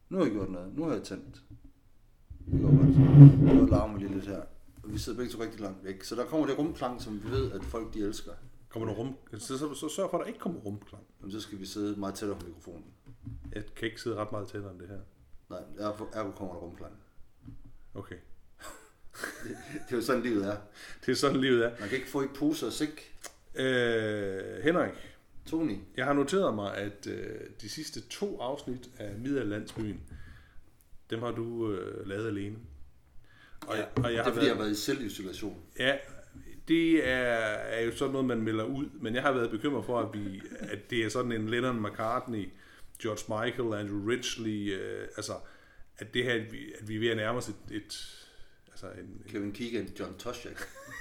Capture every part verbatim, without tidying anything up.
Nu har jeg gjort noget. Nu har jeg tændt. Det går godt. Nu larmer lige lidt her. Og vi sidder begge to rigtig langt væk. Så der kommer det rumklang, som vi ved, at folk de elsker. Kommer der rum? Så, så, så sørg for, at der ikke kommer rumklang. Jamen, så skal vi sidde meget tættere på mikrofonen. Jeg kan ikke sidde ret meget tættere end det her. Nej, ergo kommer der rumklang. Okay. det, det er jo sådan, livet er. Det er sådan, livet er. Man kan ikke få i pose og sæk. Øh, Henrik. Tony. Jeg har noteret mig, at øh, de sidste to afsnit af Middellandsbyen, dem har du øh, lavet alene. Og, ja, og jeg det er har fordi, været, jeg har været i selvisolation. Ja, det er, er jo sådan noget, man melder ud. Men jeg har været bekymret for, at, vi, at det er sådan en Lennon McCartney, George Michael, Andrew Ridgeley, øh, altså at det her, at vi, at vi er ved at nærme os et... et altså en, Kevin Keegan, John Toshak.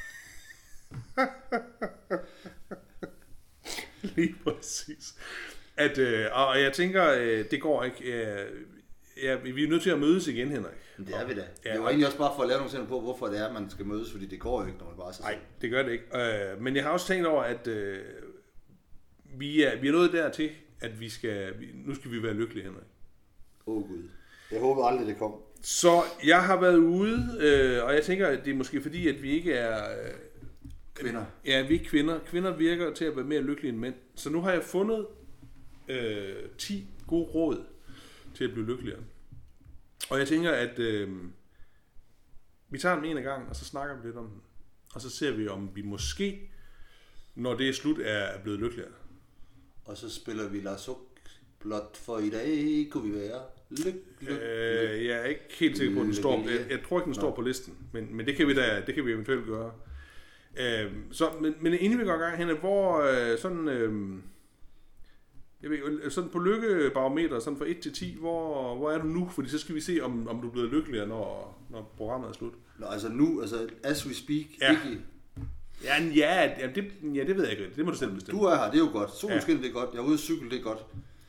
Lige præcis. At, øh, og jeg tænker, øh, det går ikke. Øh, ja, vi er nødt til at mødes igen, Henrik. Men det er vi da. Ja, det var egentlig også bare for at lave nogle eksempler på, hvorfor det er, man skal mødes, fordi det går jo ikke, når man bare er sig selv. Nej, det gør det ikke. Øh, men jeg har også tænkt over, at øh, vi, er, vi er nået dertil, at vi skal, vi, nu skal vi være lykkelige, Henrik. Åh oh, Gud. Jeg håber aldrig, det kom. Så jeg har været ude, øh, og jeg tænker, at det er måske fordi, at vi ikke er... Øh, kvinder. Ja, vi er kvinder. Kvinder virker til at være mere lykkelige end mænd. Så nu har jeg fundet øh, ti gode råd til at blive lykkeligere. Og jeg tænker, at øh, vi tager dem en af gangen, og så snakker vi lidt om den. Og så ser vi, om vi måske, når det er slut, er blevet lykkeligere. Og så spiller vi Lars Huck. Blot for i dag kunne vi være lyk, lyk, øh, Jeg er ikke helt sikker på, at den står. Jeg, jeg tror ikke, den står Nå. på listen. Men, men det kan vi da, det kan vi eventuelt gøre. Øh, så, men, men inden vi går i gang, Henrik, hvor øh, sådan, øh, jeg ved, sådan på lykkebarometer, sådan fra et til ti, hvor, hvor er du nu? Fordi så skal vi se, om, om du er blevet lykkeligere, når, når programmet er slut. Nå, altså nu, altså as we speak, ja. ikke... Ja, ja, ja, det, ja, det ved jeg ikke. Det må du selv bestemme. Du er her, det er jo godt. Solen ja. skinner, det er godt. Jeg er ude at cykle, det er godt.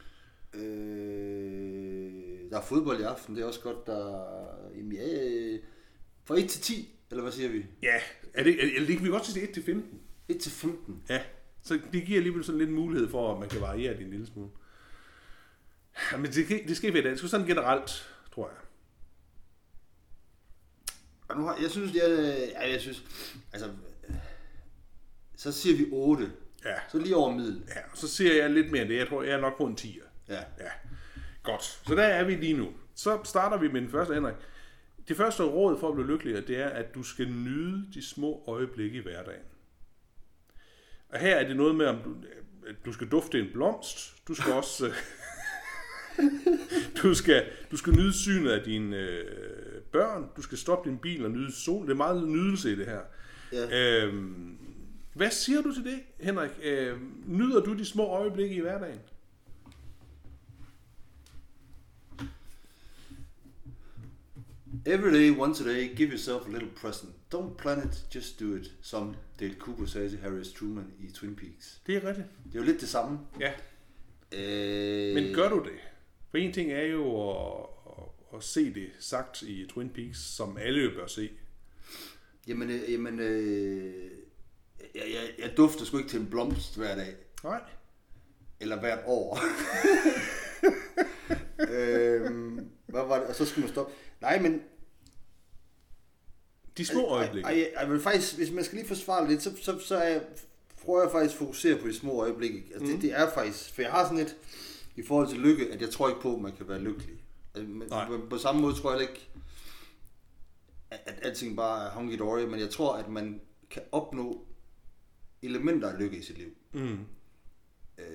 Øh, der er fodbold i aften, det er også godt. Der, jamen, ja, fra et til ti, eller hvad siger vi? Ja, er det, er, det kan vi godt sige et til femten. et til femten? Ja, så det giver alligevel sådan lidt mulighed for, at man kan variere det en lille smule. Men det, det skal være det. Det skal sådan generelt, tror jeg. Og nu har, jeg synes, jeg, ja, jeg synes, altså, så siger vi otte. Ja. Så lige over middel. Ja, og så siger jeg lidt mere end det. Jeg tror, jeg er nok på en tier. Ja. Ja. Godt. Så der er vi lige nu. Så starter vi med den første, Henrik. Det første råd for at blive lykkeligere, det er, at du skal nyde de små øjeblikke i hverdagen. Og her er det noget med, om du, du skal dufte en blomst. Du skal også... du, skal, du skal nyde synet af dine øh, børn. Du skal stoppe din bil og nyde sol. Det er meget nydelse i det her. Ja. Øhm, hvad siger du til det, Henrik? Øh, nyder du de små øjeblikke i hverdagen? Every day, once a day, give yourself a little present. Don't plan it, just do it. Som Dale Cooper sagde til Harry S. Truman i Twin Peaks. Det er rigtigt. Det er jo lidt det samme. Ja. Øh... Men gør du det? For en ting er jo at, at, at se det sagt i Twin Peaks, som alle jo bør se. Jamen, øh, jamen øh... jeg, jeg, jeg dufter sgu ikke til en blomst hver dag. Nej. Eller hvert år. øhm, hvad var det? Og så skulle man stoppe. Nej, men... De små øjeblikke. Ej, ej, ej, faktisk, hvis man skal lige forsvare lidt, så, så, så er jeg, prøver jeg faktisk at fokusere på de små øjeblikke. Altså, mm. det, det er faktisk... For jeg har sådan et... I forhold til lykke, at jeg tror ikke på, at man kan være lykkelig. Altså, på, på samme måde tror jeg ikke, at, at alting bare er hunky-dory, men jeg tror, at man kan opnå elementer af lykke i sit liv. Mm. Øh,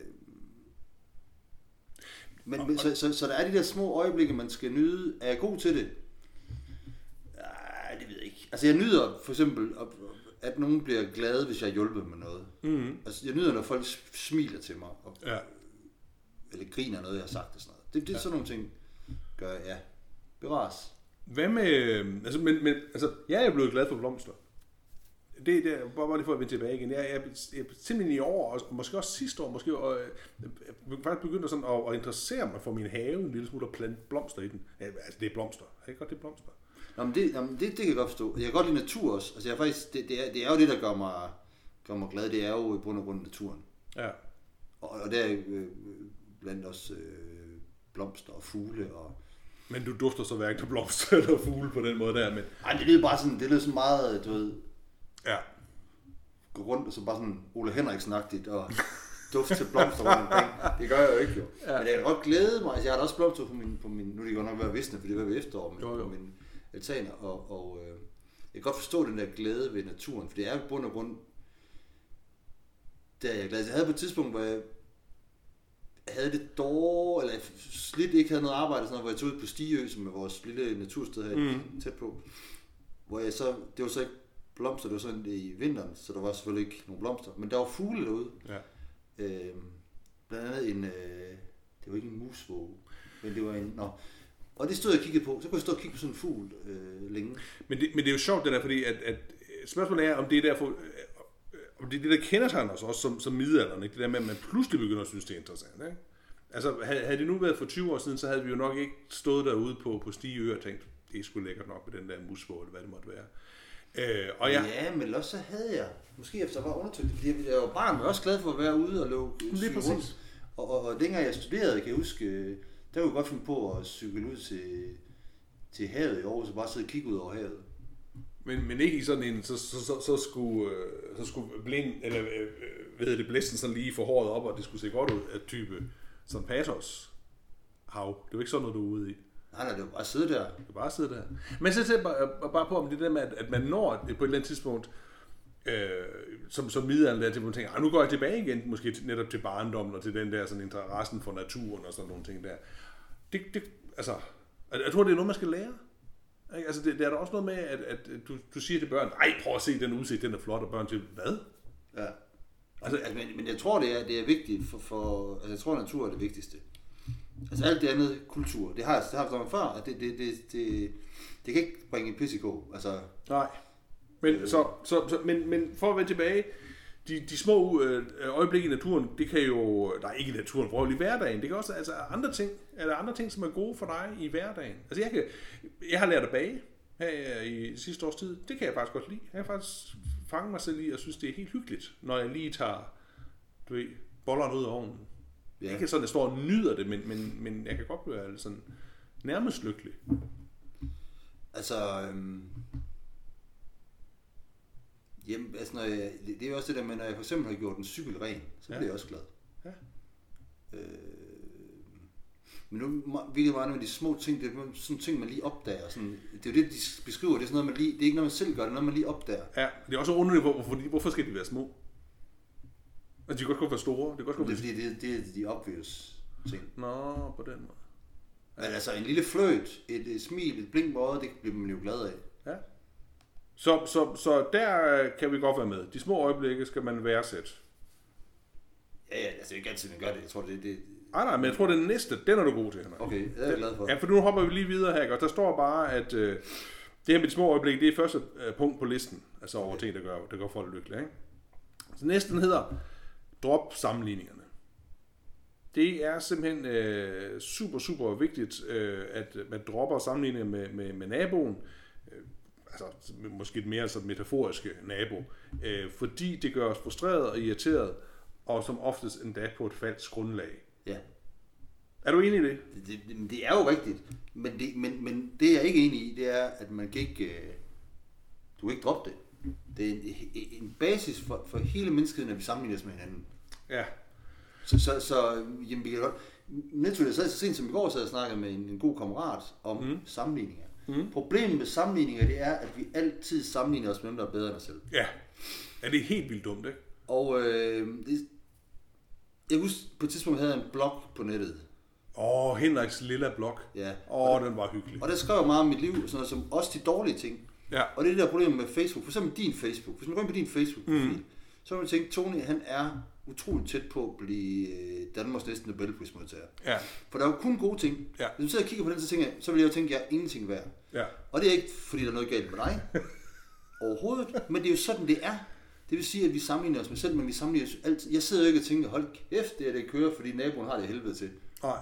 men, og, så, så, så der er de der små øjeblikke, man skal nyde. Er jeg god til det? Nej, det ved jeg ikke. Altså jeg nyder for eksempel, at nogen bliver glade, hvis jeg har hjulpet med noget. Mm. Altså jeg nyder, når folk smiler til mig. Og, ja. Eller griner noget, jeg har sagt og sådan noget. Det, det er ja. Sådan nogle ting, gør jeg, ja. Bevares. Hvad med, altså, men, men, altså, jeg er blevet glad for blomster. Det er bare, bare lige for at vende tilbage igen. Jeg, jeg, jeg er simpelthen i år, og måske også sidste år, måske, og jeg faktisk begyndt sådan at, at interessere mig for min have en lille smule og plante blomster i den. Ja, altså, det er blomster. Jeg kan godt, det er blomster. Nå, men det, jamen, det, det kan jeg godt forstå. Jeg kan godt lide natur også. Altså, jeg faktisk, det, det, er, det er jo det, der gør mig, gør mig glad. Det er jo i bund og grund naturen. Ja. Og, og det er øh, blandt også øh, blomster og fugle. Og... Men du dufter så hverken til blomster eller fugle på den måde der. Men... Ej, det lyder bare sådan, det lyder sådan meget, du ved... Ja. Gå rundt og så bare sådan Ole Henriksen-agtigt og duft til blomster rundt omkring. Det gør jeg jo ikke jo. Ja. Men jeg kan godt glæde mig. Altså, jeg har da også blomster på min, på min... Nu er det godt nok være visne, for det var ved efterår, men jo, jo. På min altaner. Og, og øh, jeg kan godt forstå den der glæde ved naturen, for det er jo bund og grund... Der er jeg glad. Jeg havde på et tidspunkt, hvor jeg havde det dårligt, eller slidt ikke havde noget arbejde, sådan noget, hvor jeg tog ud på Stiø, som er vores lille natursted her mm. tæt på. Hvor jeg så... Det var så ikke blomster, det var sådan i vinteren, så der var selvfølgelig ikke nogen blomster, men der var fugle derude. Ja. Øh, blandt andet en, øh, det var ikke en musvåge, men det var en, nå. Og det stod jeg og kiggede på, så kunne jeg stå og kigge på sådan en fugl øh, længe. Men det, men det er jo sjovt det der, fordi at, at spørgsmålet er, om det er derfor, øh, om det er det, der kendetegner os også som, som middelalderen, ikke? Det der med, at man pludselig begynder at synes, det er interessant, ikke? Altså, havde, havde det nu været for tyve år siden, så havde vi jo nok ikke stået derude på, på Stiø og tænkt, det er sgu lækkert nok med den der musvåge, eller hvad det måtte være. Øh, og jeg... Ja, men også så havde jeg, måske efter jeg var undertøgt, fordi jeg var barn, men også glad for at være ude og løbe lige præcis. Rundt. Og, og, og dengang jeg studerede, kan jeg huske, der kunne jeg godt finde på at cykle ud til, til havet i Aarhus og bare sidde og kigge ud over havet. Men, men ikke i sådan en, så, så, så, så skulle, så skulle bling, eller hvad hedder det, blæsten sådan lige for håret op, og det skulle se godt ud af type sådan patos hav. Det var ikke sådan noget, du er ude i. Nej, nej, det var bare sidde der. Det var bare sidde der. Men så tænker jeg bare på, om det der med, at man når på et eller andet tidspunkt, øh, som, som middelalderen der, til man tænker, nu går jeg tilbage igen, måske netop til barndommen, og til den der sådan interessen for naturen, og sådan nogle ting der. Det, det, altså, jeg tror, det er noget, man skal lære. Ikke? Altså, det, det er der også noget med, at, at du, du siger til børn, ej, prøv at se den udsigt, den er flot, og børn siger, hvad? Ja. Altså, altså men, men jeg tror, det er, det er vigtigt for, for, altså jeg tror, natur er det vigtigste. Altså alt det andet kultur, det har jeg haft om før, og det, det, det, det, det kan ikke bringe en pis i kog. Altså, nej, men, øh, så, så, så, men, men for at vende tilbage, de, de små øh, øjeblikke i naturen, det kan jo, der er ikke i naturen, for i hverdagen, det kan også, altså andre ting, er der andre ting, som er gode for dig i hverdagen? Altså jeg, kan, jeg har lært at bage her i sidste års tid, det kan jeg faktisk godt lide. Jeg har faktisk fanget mig selv i, og synes, det er helt hyggeligt, når jeg lige tager, du ved, bollerne ud af ovnen. Ja. Ikke sådan, at jeg står og nyder det, men, men, men jeg kan godt blive sådan nærmest lykkelig. Altså, øhm, jamen, altså når jeg, det, det er jo også det der med, når jeg for eksempel har gjort en cykel ren, så ja. bliver jeg også glad. Ja. Øh, men nu virkelig meget med de små ting, det er sådan ting, man lige opdager. Sådan, det er jo det, de beskriver, det er sådan noget, man lige, det er ikke noget, man selv gør, det er noget, man lige opdager. Ja, det er også underligt, hvorfor, hvorfor skal de være små? Altså, de kan godt være store. Det, kan godt det er fordi, det, det er de obvious ting. Nå, på den måde. Ja. Men altså, en lille fløjt, et, et smil, et blink på øjet, det bliver man jo glad af. Ja. Så, så, så der kan vi godt være med. De små øjeblikke skal man værdsætte. Ja, ja, altså, det er ikke altid, man gør det. Jeg tror, det det. Nej, nej, men jeg tror, den næste, den er du god til, Henrik. Okay, det er jeg glad for. Ja, for nu hopper vi lige videre her, og der står bare, at øh, det her med de små øjeblikke, det er første øh, punkt på listen. Altså over okay. ting, der gør, der gør folk lykkelige, ikke? Så næsten hedder drop sammenligningerne. Det er simpelthen øh, super, super vigtigt, øh, at man dropper sammenligninger med, med, med naboen, øh, altså måske et mere altså metaforiske nabo, øh, fordi det gør os frustreret og irriteret, og som oftest endda på et falsk grundlag. Ja. Er du enig i det? Det, det, det er jo rigtigt, men det, men, men det jeg er ikke enig i, det er, at man kan ikke, øh, du kan ikke droppe det. Det er en, en basis for, for hele menneskeheden, at vi sammenligner os med hinanden. Ja. Så, så, så jamen, vi kan godt... Netto, jeg sad så sent som i går, så jeg snakkede med en, en god kammerat om mm. sammenligninger. Mm. Problemet med sammenligninger, det er, at vi altid sammenligner os med dem, der er bedre end os selv. Ja. Ja, det er helt vildt dumt, ikke? Og øh, det, jeg husker, på et tidspunkt havde jeg en blog på nettet. Åh, oh, Henriks lilla blog. Ja. Åh, oh, den var hyggelig. Og der skrev meget om mit liv, sådan noget, som også de dårlige ting. Ja. Og det er det der problem med Facebook. For eksempel din Facebook. Hvis man går ind på din Facebook-profil, mm. så vil man tænke, Tony, han er utroligt tæt på at blive Danmarks næste Nobelprismodtager. Ja. For der er jo kun gode ting. Ja. Hvis du sidder og kigger på den, så, tænker jeg, så vil jeg jo tænke, at jeg er ingenting værd. Ja. Og det er ikke, fordi der er noget galt med dig. Overhovedet. Men det er jo sådan, det er. Det vil sige, at vi sammenligner os med selv, men vi sammenligner os altid. Jeg sidder jo ikke og tænker, hold kæft, det er det kører, fordi naboen har det helvede til. Nej.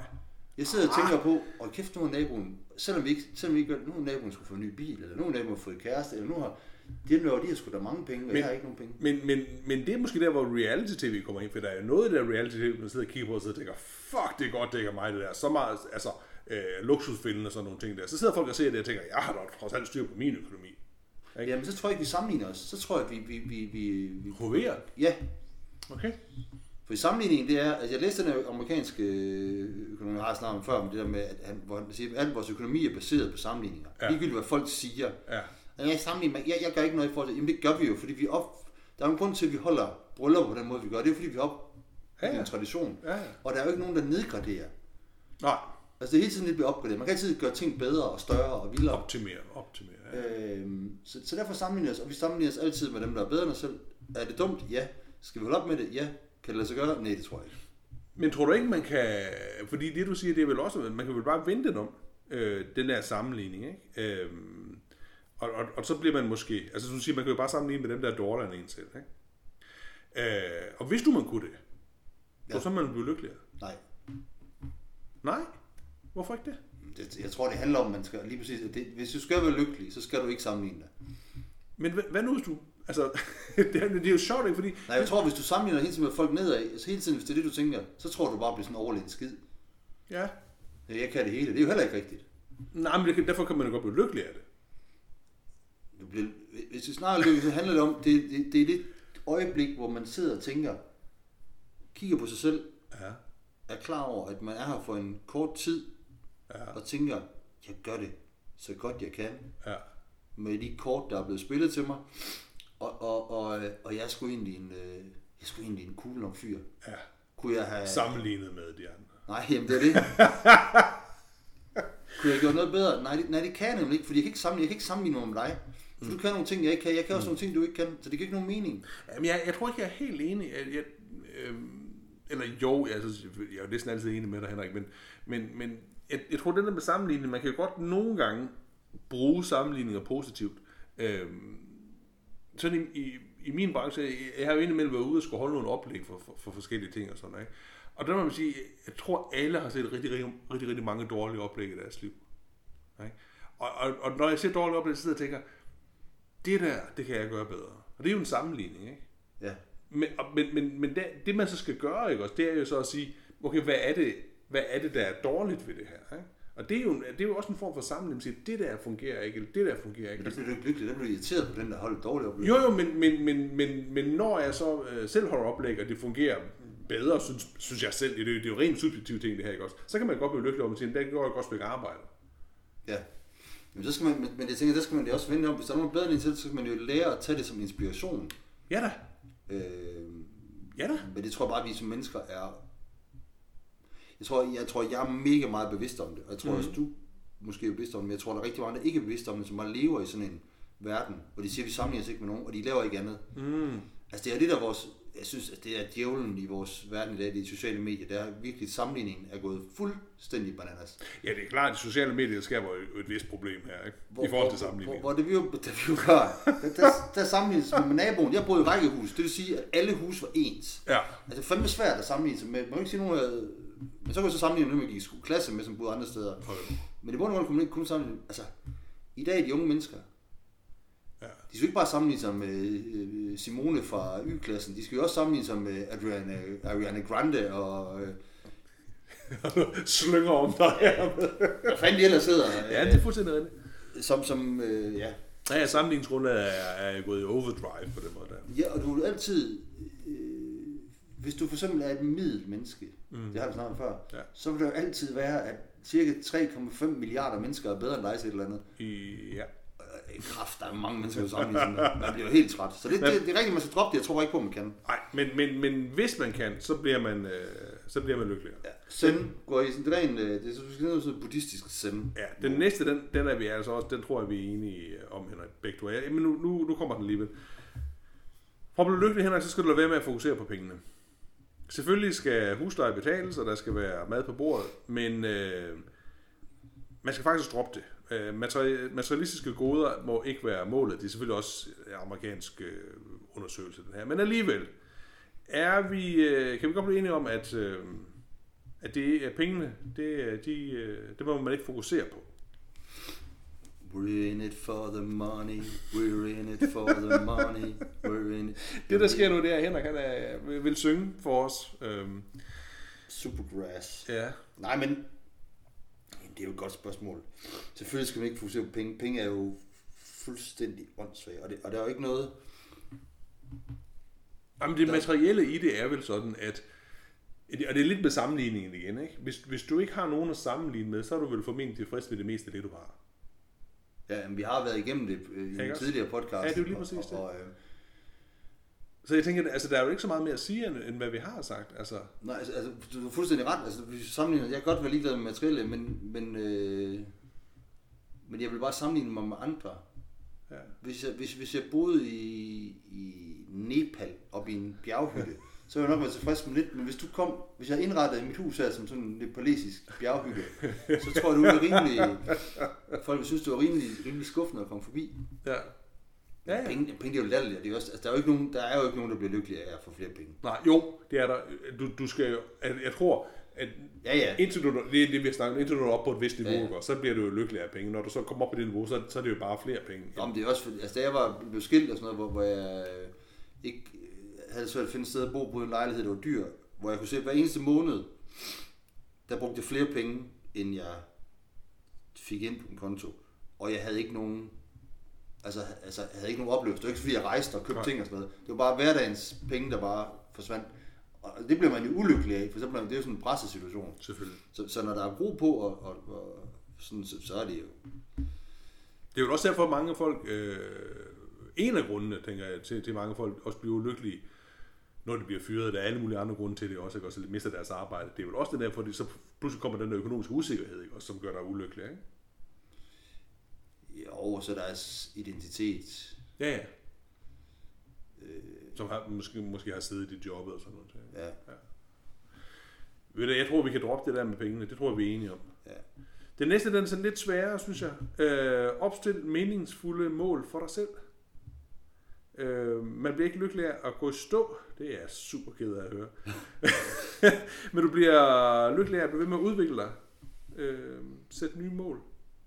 Jeg sidder og tænker på, og kæft, nu er naboen, selvom vi ikke, selvom vi ikke gør det, nu er naboen skulle få en ny bil, eller nu er naboen fået kæreste, eller nu har, de har, de har sgu da mange penge, og men, jeg har ikke nogen penge. Men, men, men det er måske der, hvor reality-tv kommer ind, for der er jo noget af det der reality-tv, man sidder og kigger på, og sidder og tænker, fuck, det er godt, det er mig, det der. Så meget, altså, øh, luksusfælden og sådan nogle ting der. Så sidder folk og ser det og tænker, jeg har da trods alt styr på min økonomi. Ikke? Jamen, så tror jeg ikke, vi sammenligner os. Så tror jeg, at vi... vi, vi, vi, vi Hoverer? Ja. Okay. For i sammenligningen, det er, altså jeg læste den amerikanske økonomi, jeg har snakket om før, om det der med, at han, hvor han siger, at al vores økonomi er baseret på sammenligninger. Ja. Ligegyldigt, hvad folk siger. Ja. Jeg, sammenligner, jeg, jeg gør ikke noget i forhold til, jamen det gør vi jo, fordi vi op, der er en grund til, at vi holder bryllup på den måde, vi gør. Det er fordi, vi op ja, ja. en tradition. Ja, ja. Og der er jo ikke nogen, der nedgraderer. Nej. Altså det er hele tiden lidt bliver opgraderet. Man kan altid gøre ting bedre og større og vildere. Optimere, optimere. Ja. Øhm, så, så derfor sammenligner os, og vi sammenligner os altid med dem, der er bedre end os selv. Er det dumt? Ja. Skal vi holde op med det? Ja. Kan det lade sig gøre? Nej, det tror jeg ikke. Men tror du ikke, man kan... Fordi det, du siger, det er vel også... Man kan vel bare vente den om, øh, den der sammenligning, ikke? Øh, og, og, og så bliver man måske... Altså, som du siger, man kan jo bare sammenligne med dem, der er dårligere end en selv, ikke? Øh, og hvis du man kunne det, ja. Så man blive lykkeligere? Nej. Nej? Hvorfor ikke det? det? Jeg tror, det handler om, at man skal... Lige præcis, at det, hvis du skal være lykkelig, så skal du ikke sammenligne dig. Men hvad, hvad nu, hvis du... Altså, det, er, det er jo sjovt, ikke? Fordi... Nej, jeg tror, hvis du sammenligner hele tiden med folk nedad, altså hele tiden, hvis det er det, du tænker, så tror du bare bliver sådan en overlegen skid. Ja. Jeg kan det hele. Det er jo heller ikke rigtigt. Nej, men det, derfor kan man jo godt blive lykkelig af det. Du bliver, hvis du snart lykkelig, så handler det om, det, det, det er det øjeblik, hvor man sidder og tænker, kigger på sig selv, ja. Er klar over, at man er her for en kort tid, ja. Og tænker, jeg gør det så godt jeg kan, ja. Med de kort, der er blevet spillet til mig, og, og, og, og jeg er sgu egentlig en, jeg er sgu egentlig en cool nok fyr. Ja. Kunne jeg have... Sammenlignet med de andre. Nej, jamen det er det. Kunne jeg gøre noget bedre? Nej, det, nej, det kan jeg nemlig ikke, fordi jeg kan ikke sammenligne, jeg kan ikke sammenligne mig med dig. For mm. du kan nogle ting, jeg ikke kan. Jeg kan også mm. nogle ting, du ikke kan, så det giver ikke nogen mening. Jamen, jeg, jeg tror ikke, jeg er helt enig. Jeg, jeg, øh, eller jo, jeg, altså, jeg er jo næsten altid enig med dig, Henrik, men, men, men jeg, jeg tror, det der med sammenligning, man kan jo godt nogle gange bruge sammenligninger positivt. Øh, sådan i, i, i min branche, jeg har jo indimellem været ude og skulle holde nogle oplæg for, for, for forskellige ting og sådan noget. Og der må man sige, jeg tror alle har set rigtig, rigtig, rigtig, rigtig mange dårlige oplæg i deres liv. Ikke? Og, og, og når jeg ser dårlige oplæg, så sidder jeg og tænker, det der, det kan jeg gøre bedre. Og det er jo en sammenligning, ikke? Ja. Men, men, men, men det, det man så skal gøre, ikke også, det er jo så at sige, okay, hvad er det, hvad er det der er dårligt ved det her, ikke? Og det er, jo, det er jo også en form for sammenligning, at det der fungerer ikke, eller det der fungerer ikke. Men der bliver du ikke lykkelig, der bliver du irriteret på den, der holder dårligt oplæg. Jo, jo, men, men, men, men, men når jeg så øh, selv holder oplæg, og det fungerer bedre, synes, synes jeg selv, det er, det er jo rent subjektive ting, det her, ikke også? Så kan man godt blive lykkelig over, at der går et godt stykke arbejde. Ja, men, så skal man, men jeg tænker, der skal man det også vende om. Hvis der er nogen bedre end til, så skal man jo lære at tage det som inspiration. Ja da. Øh, ja da. Men det tror jeg bare, at vi som mennesker er... Jeg tror, jeg tror, jeg er mega meget bevidst om det, og jeg tror mm. også, du måske er bevidst om det, men jeg tror, der er rigtig mange, der ikke er bevidst om det, som bare lever i sådan en verden, hvor de siger, at vi sammenligner os ikke med nogen, og de laver ikke andet. Mm. Altså det er det der vores, jeg synes, at det er djævlen i vores verden i dag, det er sociale medier, der er virkelig, sammenligningen er gået fuldstændig bananas. Ja, det er klart, at de sociale medier skaber jo et vist problem her, ikke? Hvor, i forhold til sammenligning. Hvor, hvor det vi jo, det vi jo gør, der, der, der sammenlignes med naboen, jeg boede i rækkehus, det vil sige, at alle huse var ens. Ja. Altså det er fandme svært at sammenligne sig med, man kan ikke sige nogen, men så kan jeg så sammenligne med, at jeg gik i klasse med, som boede andre steder. Okay. Men i bund og grund kunne man ikke kun sammenligne, altså, i dag er de unge mennesker, ja. De skal ikke bare sammenligne sig med øh, Simone fra Y-klassen, de skal jo også sammenligne sig med Adriana, Ariana Grande og... Øh, slynger om dig her med. Hvad fanden de ellers sidder? Øh, ja, det er fuldstændig rigtigt. Som, som, øh, ja. Ja, sammenligningsgrundet er, er gået i overdrive på den måde der. Ja, og du vil altid... Øh, hvis du for eksempel er et middelmenneske, mm. det har vi snakket før, ja. Så vil det jo altid være, at cirka tre komma fem milliarder mennesker er bedre end dig til et eller andet. I, ja. Kraft, der er mange mennesker, der sammenligner. Man bliver jo helt træt. Så det, det, det er rigtigt, man skal droppe det. Jeg tror ikke på, at man kan. Nej, men, men, men hvis man kan, så bliver man, øh, så bliver man lykkelig. Ja. Zen går i sådan, det er en, det er sådan noget buddhistisk zen. Ja, den næste, den, den er vi altså også, den tror jeg, vi er enige om, Henrik, begge to. Ja, men nu, nu, nu kommer den alligevel. For at blive lykkelig, Henrik, så skal du lade være med at fokusere på pengene. Selvfølgelig skal husleje betales, og der skal være mad på bordet, men øh, man skal faktisk droppe det. Materialistiske goder må ikke være målet. Det er selvfølgelig også amerikansk undersøgelse, den her. Men alligevel, er vi, kan vi godt blive enige om, at At det er pengene, det, de, det må man ikke fokusere på. We're in it for the money, we're in it for the money, we're in it. Det der sker nu, det er, Henrik han er, vil synge for os. Øhm. Supergrass. Ja. Nej, men det er jo et godt spørgsmål. Selvfølgelig skal man ikke fokusere på penge. Penge er jo fuldstændig åndssvage, og, det, og der er jo ikke noget... Jamen det materielle i det er vel sådan, at og det er lidt med sammenligningen igen, ikke? Hvis, hvis du ikke har nogen at sammenligne med, så er du vel formentlig tilfreds med det meste af det, du har. Ja, men vi har været igennem det i en tidligere podcast. Ja, det er jo lige præcis og, det. og, og, øh... Så jeg tænker, altså der er jo ikke så meget mere at sige, end, end hvad vi har sagt. Altså... Nej, altså, altså du er fuldstændig ret. Altså, hvis vi sammenligner, jeg kan godt være ligeglad med materielle, men, men, øh... men jeg vil bare sammenligne mig med andre. Ja. Hvis, jeg, hvis, hvis jeg boede i, i Nepal, oppe i en bjerghytte, så ville jeg nok være tilfreds med lidt, men hvis du kom, hvis jeg indrettede mit hus her som sådan en nepalesisk bjerghytte, så tror jeg, du er rimelig, folk vil synes, det var rimelig, rimelig skuffende at komme forbi. Ja. Ja, ja. Penge, penge er jo latterlige, det er også, altså, der, er jo ikke nogen, der er jo ikke nogen, der bliver lykkelige af at få flere penge. Nej, jo, det er der. Du, du skal jo, jeg tror, at ja, ja. indtil du, det er det, vi har snakket, indtil du er oppe på et vist niveau, ja, ja. Så bliver du jo lykkelig af penge. Når du så kommer op på det niveau, så, så er det jo bare flere penge. Jamen, det er også, altså da jeg var blevet skilt og sådan noget, hvor, hvor jeg ikke havde svært at finde et sted at bo på en lejlighed, der var dyr, hvor jeg kunne se, at hver eneste måned, der brugte jeg flere penge, end jeg fik ind på en konto. Og jeg havde ikke nogen, altså, altså jeg havde ikke nogen oplevelse. Det var ikke fordi, jeg rejste og købte Nej. ting og sådan noget. Det var bare hverdagens penge, der bare forsvandt. Og det bliver man jo ulykkelig af, for så bliver det jo sådan en presset situation. Selvfølgelig. Så, så når der er brug på, og, og, og sådan, så, så er det jo... Det er jo også derfor, at mange folk, øh, en af grundene, tænker jeg, til, til mange folk også bliver ulykkelige, når de bliver fyret. Der er alle mulige andre grunde til det også, ikke? Og så mister deres arbejde. Det er jo også det der, fordi så pludselig kommer den der økonomiske usikkerhed, ikke? Også, som gør dig ulykkelig, ikke? Ja, og så deres identitet. Ja, ja. Øh, som har, måske, måske har siddet i jobbet og sådan noget. Ja. Ja. Ved du, jeg tror, vi kan droppe det der med pengene. Det tror jeg, vi er enige om. Ja. Det næste, den er sådan lidt sværere, synes jeg. Øh, opstil meningsfulde mål for dig selv. Øh, man bliver ikke lykkelig af at gå i stå. Det er jeg super ked af at høre. Men du bliver lykkelig af at blive ved med at udvikle dig. Øh, sæt nye mål.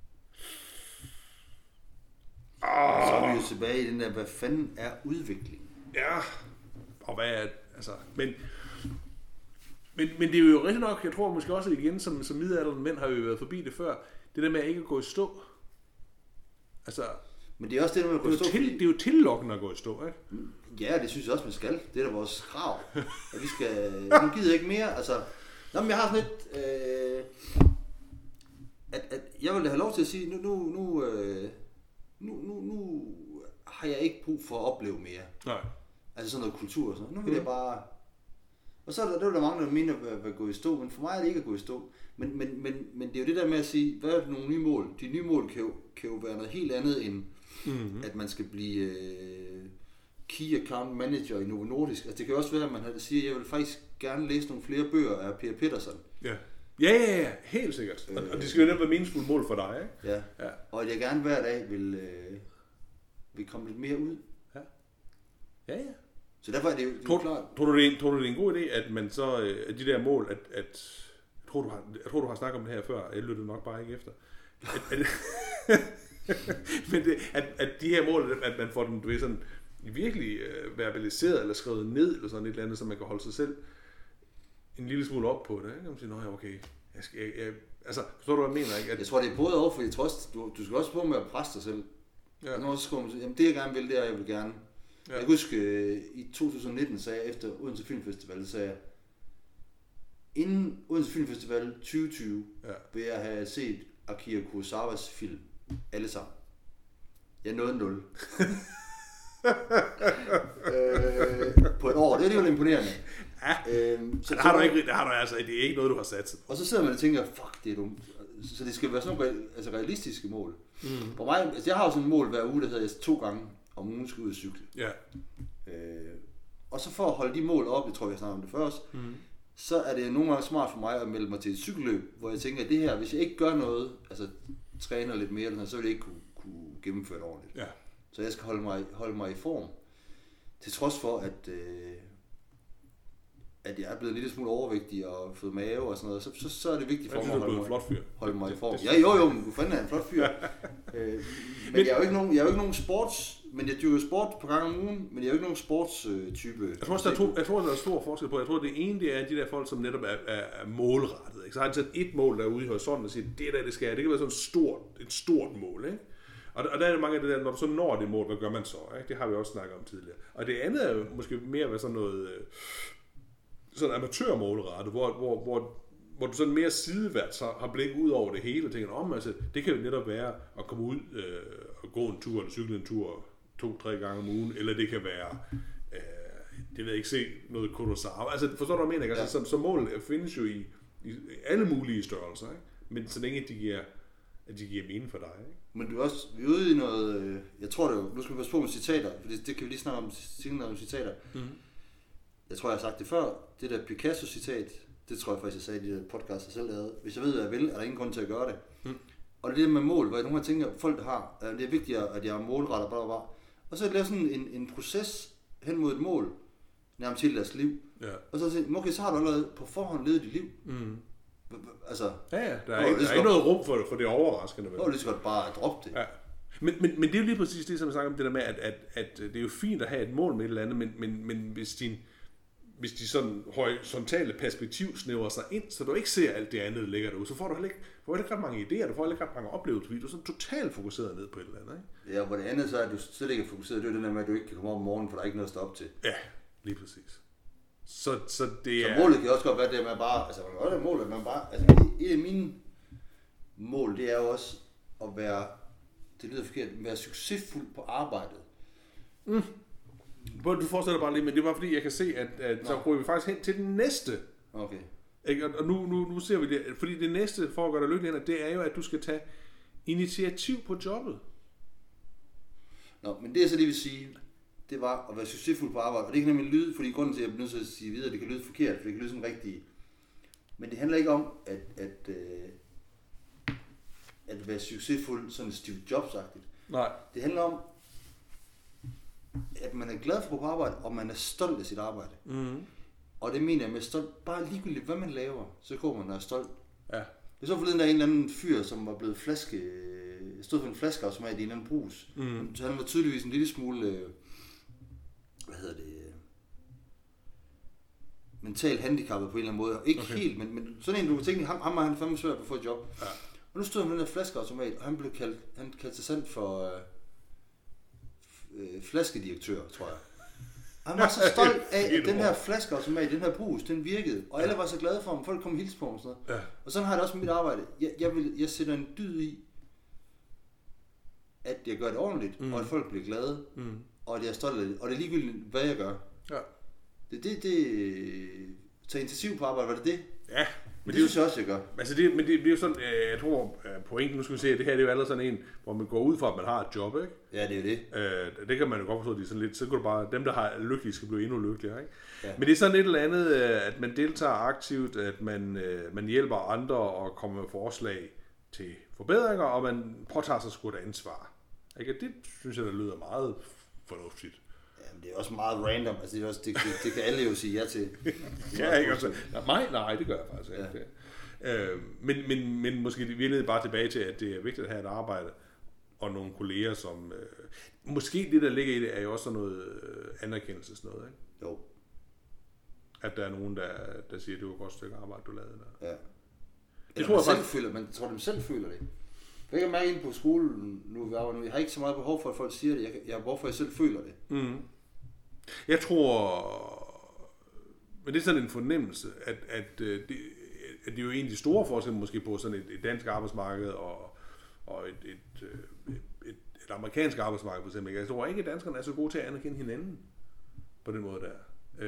Oh. Så er vi jo tilbage i den der, hvad fanden er udvikling? Ja, og hvad er, altså, men, men, men det er jo rigtig nok, jeg tror måske også igen, som, som middelaldrende mænd har jo været forbi det før, det der med at ikke at gå i stå. Altså, men det er også det, med at gå i stå. Til, det er jo tillokkende at gå i stå, ikke? Ja, det synes jeg også, man skal. Det er da vores krav. At vi skal, nu gider jeg ikke mere, altså, nå, men jeg har sådan lidt, øh, at, at jeg vil have lov til at sige, nu, nu, nu, øh, Nu, nu, nu har jeg ikke brug for at opleve mere. Nej. Altså sådan noget kultur og sådan noget. Nu vil mm. jeg bare... Og så er der, der er der mange, der mener at, at gå i stå, men for mig er det ikke at gå i stå. Men, men, men, men det er jo det der med at sige, hvad er det nogle nye mål? De nye mål kan jo, kan jo være noget helt andet end, mm-hmm. at man skal blive uh, Key Account Manager i Novo Nordisk. Altså det kan også være, at man har siger, at jeg vil faktisk gerne læse nogle flere bøger af Per Peterson. Ja. Ja, ja, ja, helt sikkert. Og, og det skal jo netop være meningsfulde mål for dig, ikke? Ja. Ja, og at jeg gerne hver dag vil, øh, vil komme lidt mere ud. Ja. Ja, ja. Så derfor er det jo det tror, er klart. Tror du, det er, tror du, det er en god idé, at man så, at de der mål, at, at jeg, tror, du har, jeg tror, du har snakket om det her før, jeg lyttede nok bare ikke efter. At, at, men det, at, at de her mål, at man får dem, du ved, sådan virkelig øh, verbaliseret eller skrevet ned, eller sådan et eller andet, så man kan holde sig selv en lille smule op på det, ikke? Og man siger, nå ja, okay, jeg skal, jeg, jeg, altså, forstår du, hvad jeg mener, ikke? At... Jeg tror, det er både over, for jeg tror også, du, du skal også prøve med at presse dig selv. Ja. Når så skal man sige, jamen det jeg gerne vil, det er, jeg vil gerne. Ja. Jeg kan huske, i to tusind nitten sagde jeg, efter Odense Filmfestival, sagde jeg, inden Odense Filmfestival tyve tyve, ja. vil jeg have set Akira Kurosawas film, alle sammen. Jeg nåede nul. øh, på et år, det er alligevel imponerende. Ja, øhm, så, det, har du ikke, det har du altså, det er ikke noget, du har sat. Og så sidder man og tænker, fuck, det er dumt. Så det skal være sådan nogle altså realistiske mål. Mm. For mig, altså jeg har jo sådan et mål hver uge, der hedder jeg to gange om ugen skal ud og cykle. Ja. Øh, og så for at holde de mål op, jeg tror, jeg snakker om det først, mm. så er det nogle gange smart for mig at melde mig til et cykelløb, hvor jeg tænker, at det her, hvis jeg ikke gør noget, altså træner lidt mere, så vil jeg ikke kunne, kunne gennemføre det ordentligt. Ja. Så jeg skal holde mig, holde mig i form. Til trods for, at... Øh, at jeg er blevet en lille smule overvægtig og fået mave og sådan noget, så, så, så er det vigtigt for jeg mig at holde mig, flot fyr. holde mig i form. Ja, jo, jo, men du fanden er en flot fyr. øh, men, men jeg er jo ikke nogen, jeg er jo ikke nogen sports, men jeg dyrker sport på gang om ugen, men jeg er jo ikke nogen sportstype. Øh, jeg tror også, der er, to, jeg tror, der er stor forskel på. Jeg tror, det ene det er de der folk, som netop er, er, er målrettet. Ikke? Så har de sat et mål derude i horisonten og siger, det der, det skal jeg. Det kan være sådan et stort, et stort mål, ikke? Og, og der er det mange af det der, når du så når det mål, hvad gør man så? Ikke? Det har vi også snakket om tidligere. Og det andet er jo måske mere være sådan noget sådan amatørmålrettet, hvor, hvor, hvor, hvor du sådan mere sidevært så har blik ud over det hele og tænker, om altså, det kan jo netop være at komme ud øh, og gå en tur eller cykle en tur to-tre gange om ugen, eller det kan være, øh, det ved jeg ikke, se noget Kurosawa. Altså forstår du, hvad jeg mener? Altså, ja. så, så mål findes jo i, i alle mulige størrelser, ikke? Men så længe de giver, at de giver mening for dig, ikke? Men du er også, vi er ude i noget, jeg tror det jo, nu skal vi passe på med citater, for det, det kan vi lige snakke om, sige om citater. Mm-hmm. Jeg tror, jeg har sagt det før, det der Picasso-citat, det tror jeg faktisk, jeg sagde i de der podcast, jeg selv lavede. Hvis jeg ved, hvad jeg vil, er der ingen grund til at gøre det. Mm. Og det er det med mål, hvor jeg nogle gange tænker, folk der har, det er vigtigere, at jeg er målrettet, bla, bla, bla. Og så er det sådan en, en proces hen mod et mål, nærmest hele deres liv. Ja. Og så siger okay, så har du allerede på forhånd levet dit liv. Mm. Altså, ja, ja, der er, ikke, der er ikke noget rum for det, for det overraskende. Det er lige så godt bare at droppe det. Ja. Men, men, men det er jo lige præcis det, som jeg snakker om, det der med, at, at, at det er jo fint at have et mål med et eller andet, men, men, men hvis din hvis de sådan horisontale perspektiv snæver sig ind, så du ikke ser alt det andet, der ligger derude, så får du heller ikke, får ikke ret mange idéer, du får heller ikke ret mange oplevelser, fordi du er sådan totalt fokuseret ned på et eller andet, ikke? Ja, og hvor det andet så er, at du slet ikke er fokuseret, det er det der med, at du ikke kan komme op om morgenen, for der er ikke noget at stå op til. Ja, lige præcis. Så, så det er... Så målet kan også godt være det, at man bare, altså man kan godt have målet, at man bare, altså et af mine mål, det er jo også at være, det lyder forkert, at være succesfuld på arbejdet. Mm. Du fortsætter bare lige, men det var fordi, jeg kan se, at, at så går vi faktisk hen til den næste. Okay. Ikke? Og nu, nu, nu ser vi det, fordi det næste, for at gøre dig lykkelig, det er jo, at du skal tage initiativ på jobbet. Nå, men det jeg så lige vil sige, det var at være succesfuld på arbejde, og det kan nemlig lyde, fordi grunden til, at jeg bliver nødt til at sige videre, det kan lyde forkert, for det kan lyde sådan rigtigt. Men det handler ikke om, at, at, at, at være succesfuld, sådan Steve Jobs-agtigt. Nej. Det handler om, at man er glad for at gå på arbejde, og man er stolt af sit arbejde. Mm-hmm. Og det mener jeg med stolt, bare ligegyldigt hvad man laver, så går man og er stolt. Ja. Det så forleden der en eller anden fyr, som var blevet flaske, stod for en flaskeautomat i en eller anden brus. Mm-hmm. Så han var tydeligvis en lille smule, hvad hedder det, mentalt handicappet på en eller anden måde. Ikke okay. helt, men, men sådan en, du kan tænke, ham, ham har han fandme svært på at få et job. Ja. Og nu stod han med den der flaskeautomat, og han blev kaldt, han kaldte sig sandt for øh, flaskedirektør, tror jeg. Han var så stolt af, at den her flaskeautomat, den her brus, den virkede. Og alle var så glade for ham, folk kom og hilse på ham og sådan noget. Ja. Og sådan har jeg det også med mit arbejde. Jeg, jeg, vil, jeg sætter en dyd i, at jeg gør det ordentligt, mm. og at folk bliver glade, mm. og at jeg er stolt af det. Og det er ligegyldigt, hvad jeg gør. Ja. Det det, det tage initiativ på arbejde, var det det? Ja. Men det, det synes jeg også, jeg gør. Altså det, men det bliver jo sådan, jeg tror, pointen, nu skal vi se, at det her det er jo allerede sådan en, hvor man går ud fra, at man har et job, ikke? Ja, det er jo det. Øh, det kan man jo godt forstå, at de sådan lidt, så kan du bare, dem der har lykkelige, skal blive endnu lykkeligere, ikke? Ja. Men det er sådan et eller andet, at man deltager aktivt, at man, man hjælper andre og kommer med forslag til forbedringer, og man påtager sig sgu et ansvar. Ikke? Det synes jeg, der lyder meget fornuftigt. Det er også meget random, altså det, er også, det, det, det kan alle jo sige ja til. Ja, ikke også? Nej, nej, det gør jeg faktisk ikke. Ja. Øh, men, men, men måske vi er bare tilbage til, at det er vigtigt at have et arbejde, og nogle kolleger, som... Øh, måske det, der ligger i det, er jo også sådan noget øh, anerkendelse, noget, ikke? Jo. At der er nogen, der, der siger, at det var et godt stykke arbejde, du lavede der. Ja. Det tror jeg selv faktisk... føler, man tror, de selv føler det. Jeg kan mærke ind på skolen, nu vi arbejder nu, jeg har ikke så meget behov for, at folk siger det, jeg, jeg, hvorfor jeg selv føler det. Mm. Jeg tror, men det er sådan en fornemmelse, at, at, det, at det er jo en af de store forskelle måske på sådan et, et dansk arbejdsmarked og, og et, et, et, et amerikansk arbejdsmarked for eksempel. Jeg tror ikke, at danskerne er så gode til at anerkende hinanden på den måde der.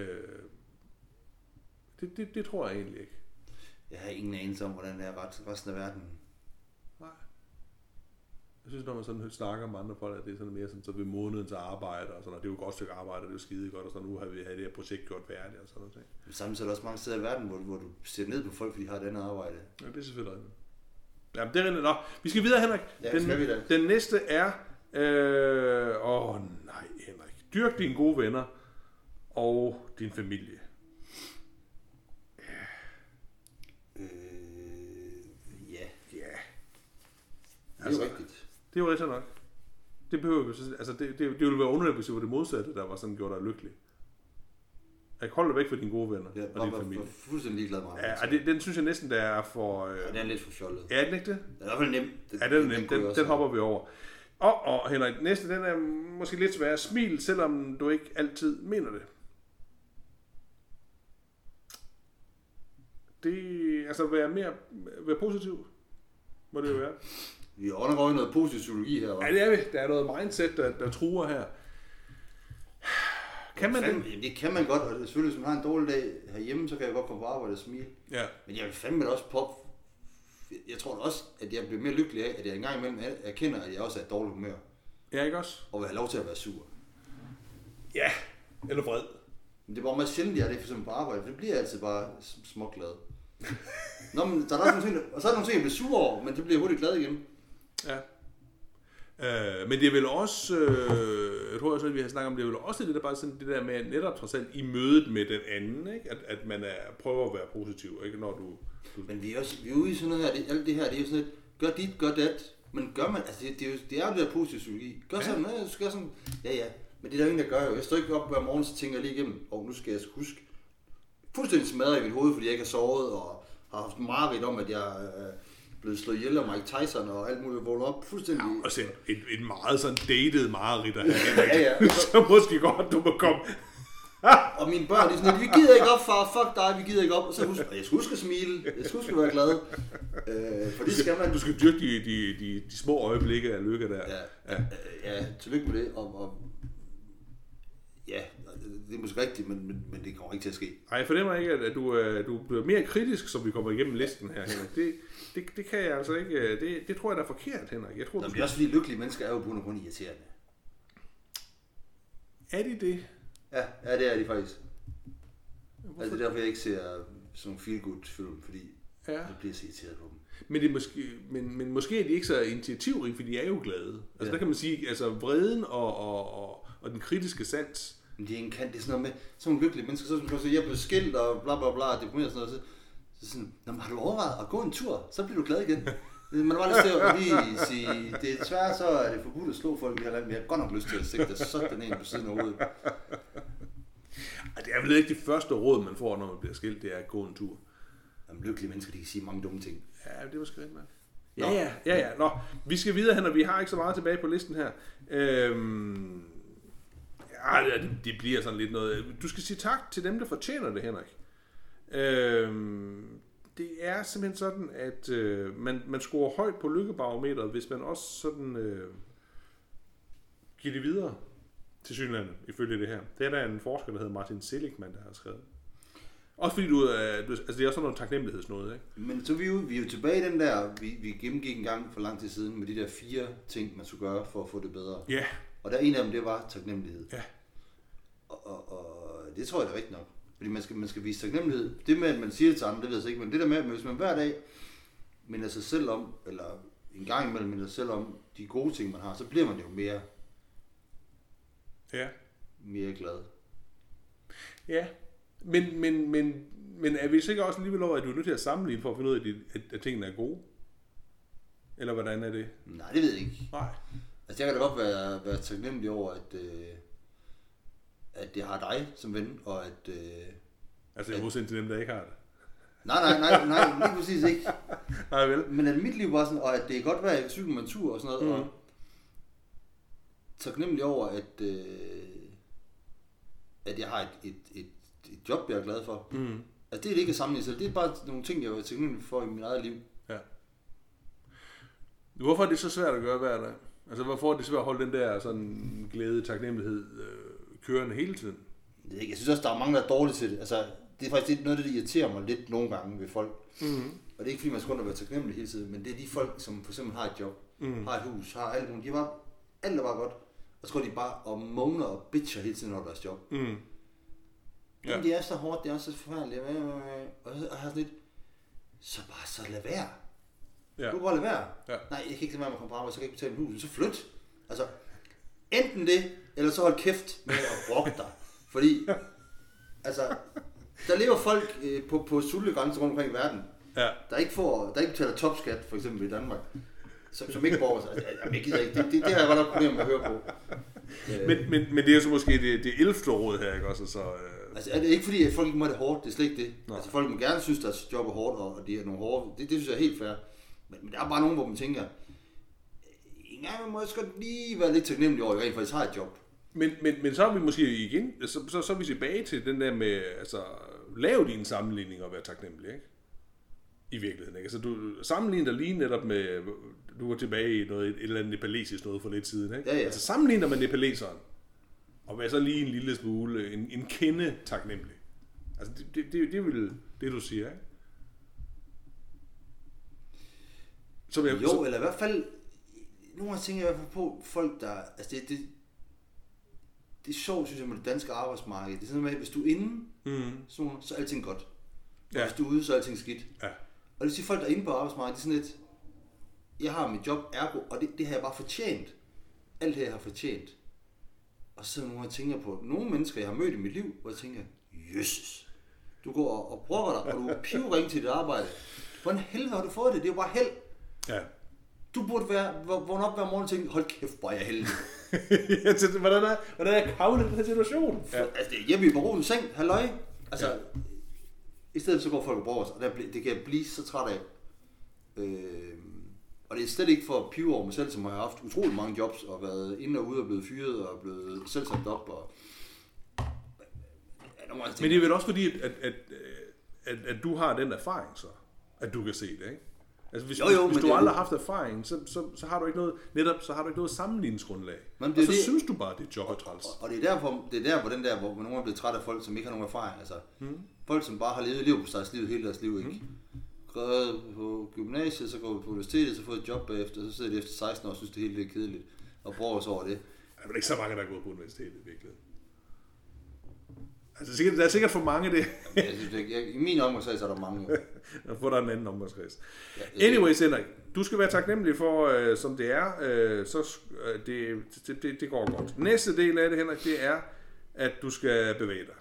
Det, det, det tror jeg egentlig ikke. Jeg har ingen anelse om, hvordan det er resten af verden. Nej. Jeg synes, når man sådan snakker med andre folk, at det er sådan mere sådan, så ved månedens arbejde, og sådan, og det er jo et godt stykke arbejde, og det er jo skide godt, og så nu har vi havde det her projekt gjort færdigt, og sådan noget. Men samtidig er der også mange steder i verden, hvor, hvor du ser ned på folk, fordi de har et andet arbejde. Ja, det er selvfølgelig rigtigt. Ja, det er rigtigt. Nå, vi skal videre, Henrik. Ja, den, skal vi da. Den næste er, øh, åh nej, Henrik, dyrk dine gode venner og din familie. altså, det er jo rigtigt. Det er jo rigtigt nok. Det behøver altså det, det, det ville være underligt, hvis det var det modsatte, der var sådan gjort dig lykkelig. Jeg holder dig væk fra dine gode venner ja, og din familie. Jeg er fuldstændig ligeglad med ja, og det, den synes jeg næsten, der er for... Øh... Ja, den er lidt for fjollet. Ja, er den ikke det? Det er i hvert fald nemt. Den, ja, den er nemt. Den, den, den hopper vi over. Og, og Henrik, næste, den er måske lidt sværere. Smil, selvom du ikke altid mener det. Det, altså være mere, være positiv, må det jo være. Vi undergår noget positiv psykologi her, hva'? Ja, det er vi. Der er noget mindset, der, der truer her. Kan man fandme, det? Det kan man godt, og selvfølgelig, hvis man har en dårlig dag herhjemme, så kan jeg godt komme på arbejde og smile. Ja. Men jeg vil fandme også på. Jeg tror også, at jeg bliver mere lykkelig af, at jeg engang imellem erkender, at jeg også er et dårligt humør. Ja, ikke også? Og vil have lov til at være sur. Ja, eller vred. Men det er bare meget sjældent, jeg er det for eksempel på arbejde, for det bliver altid bare småglad. Nå, men der er også nogle ting, og så er der nogle ting, jeg bliver sur over, men det bliver hurtigt glad igen. Ja. Øh, men det er vel også, øh, jeg tror også, at vi har snakket om, det er vel også det der bare sådan det der med netop trods alt i mødet med den anden, ikke? At, at man er, prøver at være positiv, ikke? Når du, du... Men vi er også vi er ude i sådan noget her, det, alt det her, det er jo sådan et, gør dit, gør dat, men gør man, altså det, det, er, jo, det er jo det der positiv psykologi. Gør sådan, ja. Du skal sådan, ja ja, men det er der ingen, der gør jo. Jeg står ikke op hver morgen, så tænker jeg lige igennem, og nu skal jeg huske, fuldstændig smadret i mit hoved, fordi jeg ikke har sovet, og har haft mareridt om, at jeg er blevet slået ihjel af Mike Tyson og alt muligt, vågnet op fuldstændig. Ja, og så et, et meget sådan dated mareridt af ja, ja. Så måske godt, du må komme. Og mine børn, de er sådan, vi gider ikke op, far, fuck dig, vi gider ikke op. Og så husk, og jeg skal huske at smile, jeg skal huske at være glad. Øh, for det skal man. Du skal dyrke de, de, de, de små øjeblikke af lykke der. Ja, ja. ja tillykke med det. Og, og, ja, det er måske rigtigt, men, men, men det kommer ikke til at ske. Ej, jeg fornemmer ikke, at du, du bliver mere kritisk, som vi kommer igennem listen her, Henrik. Det, det, det kan jeg altså ikke. Det, det tror jeg, der er forkert, Henrik. Jeg tror, Nå, men det er også fordi, lykkelige mennesker er jo på grund af grund irriterende. Er de det? Ja, ja, det er de faktisk. Hvorfor? Altså, det er derfor, jeg ikke ser sådan nogle feel-good-film, fordi ja. Jeg bliver så irriteret på dem. Men, det er måske, men, men måske er de ikke så initiativrige, fordi de er jo glade. Altså, ja. Der kan man sige, altså vreden og, og, og, og den kritiske sans. Men det er en kant, det er sådan noget med, sådan nogle lykkelige mennesker, så som jeg blev skilt og bla bla bla, deprimeret og sådan noget, så, så sådan, nå, har du overvejet at gå en tur, så bliver du glad igen. Man har bare lyst til at lige sige, det er desværre så er det forbudt at slå folk i her land, men jeg har godt nok lyst til at stikke dig sådan en på siden af hovedet. Det er vel ikke det første råd, man får, når man bliver skilt, det er at gå en tur. Jamen, lykkelige mennesker, de kan sige mange dumme ting. Ja, det var sgu ikke, Ja, ja, ja, ja. Nå, vi skal videre hen, og vi har ikke så meget tilbage på listen her. Øhm, ja, det, det bliver sådan lidt noget. Du skal sige tak til dem, der fortjener det, Henrik. Øhm, det er simpelthen sådan, at øh, man, man scorer højt på lykkebarometeret, hvis man også sådan øh, giver det videre til synlandet, ifølge det her. Det er der en forsker, der hedder Martin Seligman, der har skrevet. Også fordi du, øh, du altså det er også sådan noget taknemmelighedsnåde, ikke? Men så er vi jo, vi er jo tilbage i den der, vi, vi gennemgik en gang for lang tid siden, med de der fire ting, man skulle gøre for at få det bedre. Ja. Yeah. Og der en af dem, det var taknemmelighed. Ja. Yeah. Og, og, og det tror jeg, det er rigtigt nok. Fordi man skal, man skal vise taknemmelighed. Det med, at man siger det til andre, det ved jeg ikke, men det der med, at hvis man hver dag minder sig selv om, eller en gang imellem minder sig selv om de gode ting, man har, så bliver man jo mere, ja. mere glad. Ja, men, men, men, men er vi sikkert også alligevel over, at du er nødt til at sammenligne for at finde ud af, at, at, at tingene er gode? Eller hvordan er det? Nej, det ved jeg ikke. Nej. Altså jeg kan da godt være, være taknemmelig over, at, øh, at jeg har dig som ven, og at... Øh, altså jeg modsætning til dem, der ikke har det. Nej, nej, nej, nej, lige præcis ikke. Nej, vel. Men at mit liv var sådan, og at det er godt være, at jeg cykler med en tur og sådan noget, mm. og taknemmelig over, at, øh, at jeg har et, et, et, et job, jeg er glad for. Mm. Altså det er det ikke at sammenligne sig, det er bare nogle ting, jeg er taknemmelig for i mit eget liv. Ja. Hvorfor er det så svært at gøre hver dag? Altså hvorfor er det svært at holde den der sådan glæde, taknemmelighed øh, kørende hele tiden? Jeg synes også, der er mange, der er dårlige til det. Altså det er faktisk noget, der irriterer mig lidt nogle gange ved folk. Mm. Og det er ikke fordi, man skal rundt og være taknemmelig hele tiden, men det er de folk, som for eksempel har et job, mm. har et hus, har alt muligt. De bare, alt er bare godt. Og så går de bare og moaner og bitcher hele tiden over deres job. Mm. Ja. Jamen, det er så hårdt, det er så forfærdeligt. Og så har jeg sådan lidt, så bare så lad være. Ja. Du kan bare lade være. Ja. Nej, jeg kan ikke lade være med at komme på arbejde, så kan jeg ikke betale mit hus. Så flyt. Altså, enten det, eller så hold kæft med at brokke dig. Fordi, altså, der lever folk øh, på, på sultegrænser rundt omkring i verden, ja. der ikke får, der ikke betaler topskat, for eksempel i Danmark. som, som ikke borger sig. Altså, jeg gider ikke. Det, det, det har jeg godt nok problemer med at høre på. Men, men, men det er så måske det, det ellevte råd her, ikke også? Så, øh... Altså er det ikke fordi, at folk ikke må det hårdt, det er slet ikke det. Nej. Altså folk må gerne synes, at deres job er hårdt, og de er nogle hårde. Det, det synes jeg er helt fair. Men, men der er bare nogen, hvor man tænker, ja, man må også godt lige være lidt taknemmelig over, at jeg rent faktisk har et job. Men, men, men så er vi måske igen, så, så, så er vi tilbage til den der med, altså, lave din sammenligning og være taknemmelig, ikke? I virkeligheden, ikke? Altså, du sammenligner dig lige netop med, du var tilbage i noget, et eller andet nepalesisk noget for lidt siden, ikke? Ja, ja. Altså, sammenligner med nepaleseren, og være så lige en lille smule, en, en kende taknemmelig. Altså, det, det, det, det er vel det, du siger, ikke? Som jeg, jo, som, eller i hvert fald, nogle gange tænker jeg i hvert fald på folk, der, altså det, det, det er sjovt, synes jeg, med det danske arbejdsmarked. Det er sådan, at hvis du er inde, mm. så, så er alting godt. Og ja. Hvis du er ude, så er alting skidt. Ja. Og det vil sige, folk, der er inde på arbejdsmarkedet, det er sådan lidt, jeg har mit job, ergo, og det, det har jeg bare fortjent. Alt det, jeg har fortjent. Og så nogle gange tænker på, nogle mennesker, jeg har mødt i mit liv, hvor jeg tænker, jøsses, du går og, og brokker dig, og du er pivringe til dit arbejde. Hvordan helvede har du fået det? Det er jo bare held. Ja. Du burde være, vågne op hver morgen og tænke, hold kæft, hvor er jeg heldig. hvordan er, hvordan er jeg kavlet i den her situation? Ja. For, altså, det er hjemme i baronens seng, halløj. Altså, ja. I stedet så går folk og brokker sig, og det, det kan jeg blive så træt af. Øh, og det er slet ikke for at pive over mig selv, som har haft utrolig mange jobs, og været inde og ude og blevet fyret, og blevet selv sagt op. Og, ja, men det er vel også fordi, at, at, at, at du har den erfaring så, at du kan se det, ikke? Altså hvis, jo, jo, hvis du aldrig har haft erfaring, så, så, så har du ikke noget, netop så har du ikke noget sammenligningsgrundlag. Og så det, synes du bare, at dit job er træls. Og, og det er derfor, det er der, hvor den der, hvor man nogen er blevet træt af folk, som ikke har nogen erfaring. Altså, hmm. folk, som bare har levet liv på sig livet hele deres liv, ikke? Hmm. Grædet på gymnasiet, så går vi på universitetet, så får et job bagefter, så sidder de efter seksten år og synes, det hele er kedeligt, og brokker sig over det. Der er ikke så mange, der er gået på universitetet i virkeligheden. Altså, der er sikkert for mange det. Jamen, jeg synes, jeg, I min omgangskreds er der mange. Jeg får der en anden omgangskreds. Ja, anyways, Henrik, du skal være taknemmelig for, øh, som det er, øh, så øh, det, det, det, det går godt. Næste del af det, Henrik, det er, at du skal bevæge dig.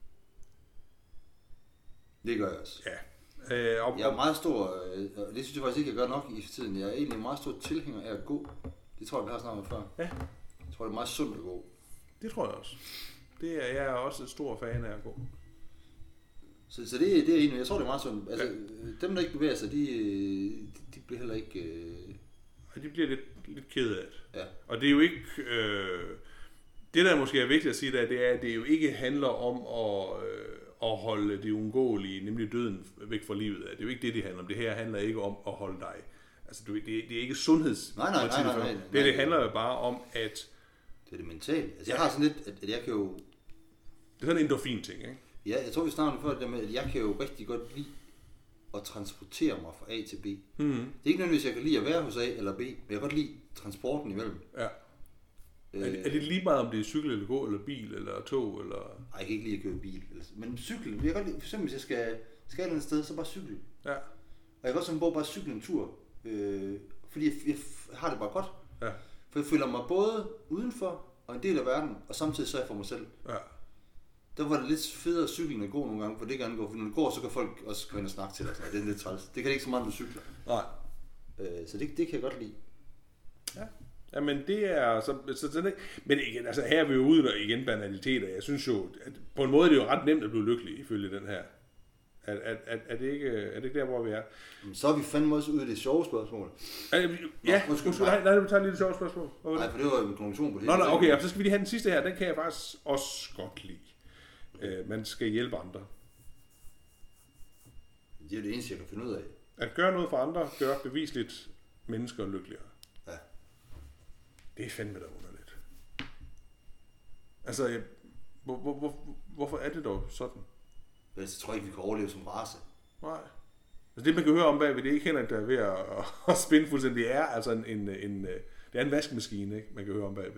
Det gør jeg også. Ja. Øh, og, jeg er meget stor, øh, og det synes jeg faktisk ikke, jeg gør nok i tiden. Jeg er egentlig meget stor tilhænger af at gå. Det tror jeg, vi har snakket om før. Ja. Jeg tror, det er meget sundt at gå. Det tror jeg også. Det er jeg er også en stor fan af at gå. Så, så det, det er egentlig, jeg tror det er meget sundt. Altså, ja. Dem der ikke bevæger sig, de, de bliver heller ikke... Øh... De bliver lidt, lidt kede af det. Ja. Og det er jo ikke... Øh... Det der måske er vigtigt at sige, der, det er, at det jo ikke handler om at, øh, at holde det uundgåelige, nemlig døden, væk fra livet. Det er jo ikke det, det handler om. Det her handler ikke om at holde dig. Altså, det, det er ikke sundheds... Nej, nej, nej, nej, nej, nej. Det, det handler jo bare om, at... Det er det mentale. Altså, jeg har sådan lidt, at jeg kan jo... Det er sådan en endorfin-ting, ikke? Ja, jeg tror, vi snakkede før, det med, at jeg kan jo rigtig godt lide at transportere mig fra A til B. Mm-hmm. Det er ikke nødvendigvis, jeg kan lide at være hos A eller B, men jeg kan godt lide transporten imellem. Ja. Øh, er, det, er det lige meget, om det er cykel eller gå, eller bil, eller tog, eller... Nej, jeg kan ikke lide at køre bil. Men cykel, jeg kan godt lide, for eksempel hvis jeg skal, skal et eller andet sted, så bare cykel. Ja. Og jeg kan godt sådan bare cykle en tur, øh, fordi jeg, jeg har det bare godt. Ja. For jeg føler mig både udenfor og en del af verden, og samtidig så er jeg for mig selv. Ja. Der var det lidt federe at cykle end at gå nogle gange, for det kan gå, for når du går, så kan folk også gå ind og snakke til dig. Det er lidt træls. Det kan det ikke så meget, når du cykler. Nej. Øh, så det, det kan jeg godt lide. Ja. Jamen det er så, så sådan, men igen, altså her er vi jo ude og igen banaliteter. Jeg synes jo, at på en måde er det jo ret nemt at blive lykkelig ifølge den her. Er, er, er, er, det ikke, er det ikke der, hvor vi er? Så er vi fandme også ude i det sjove spørgsmål. Er, ja, Nå, måske, nej, nej, du tager lige det sjove spørgsmål. Nej, for det var jo en konklusion på det. Nå, nå, okay, ja, så skal vi lige have den sidste her. Den kan jeg faktisk også godt lide. Uh, man skal hjælpe andre. Det er det eneste, jeg kan finde ud af. At gøre noget for andre gør bevisligt mennesker lykkeligere. Ja. Det er fandme da underligt. Altså, jeg, hvor, hvor, hvor, hvorfor er det dog sådan? Jeg tror ikke, vi kan overleve som race. Nej. Altså det, man kan høre om bagved, det er ikke Henrik, der er ved at, at spinde fuldstændig. Det er altså en, en, en, det er en vaskemaskine, ikke? Man kan høre om bagved.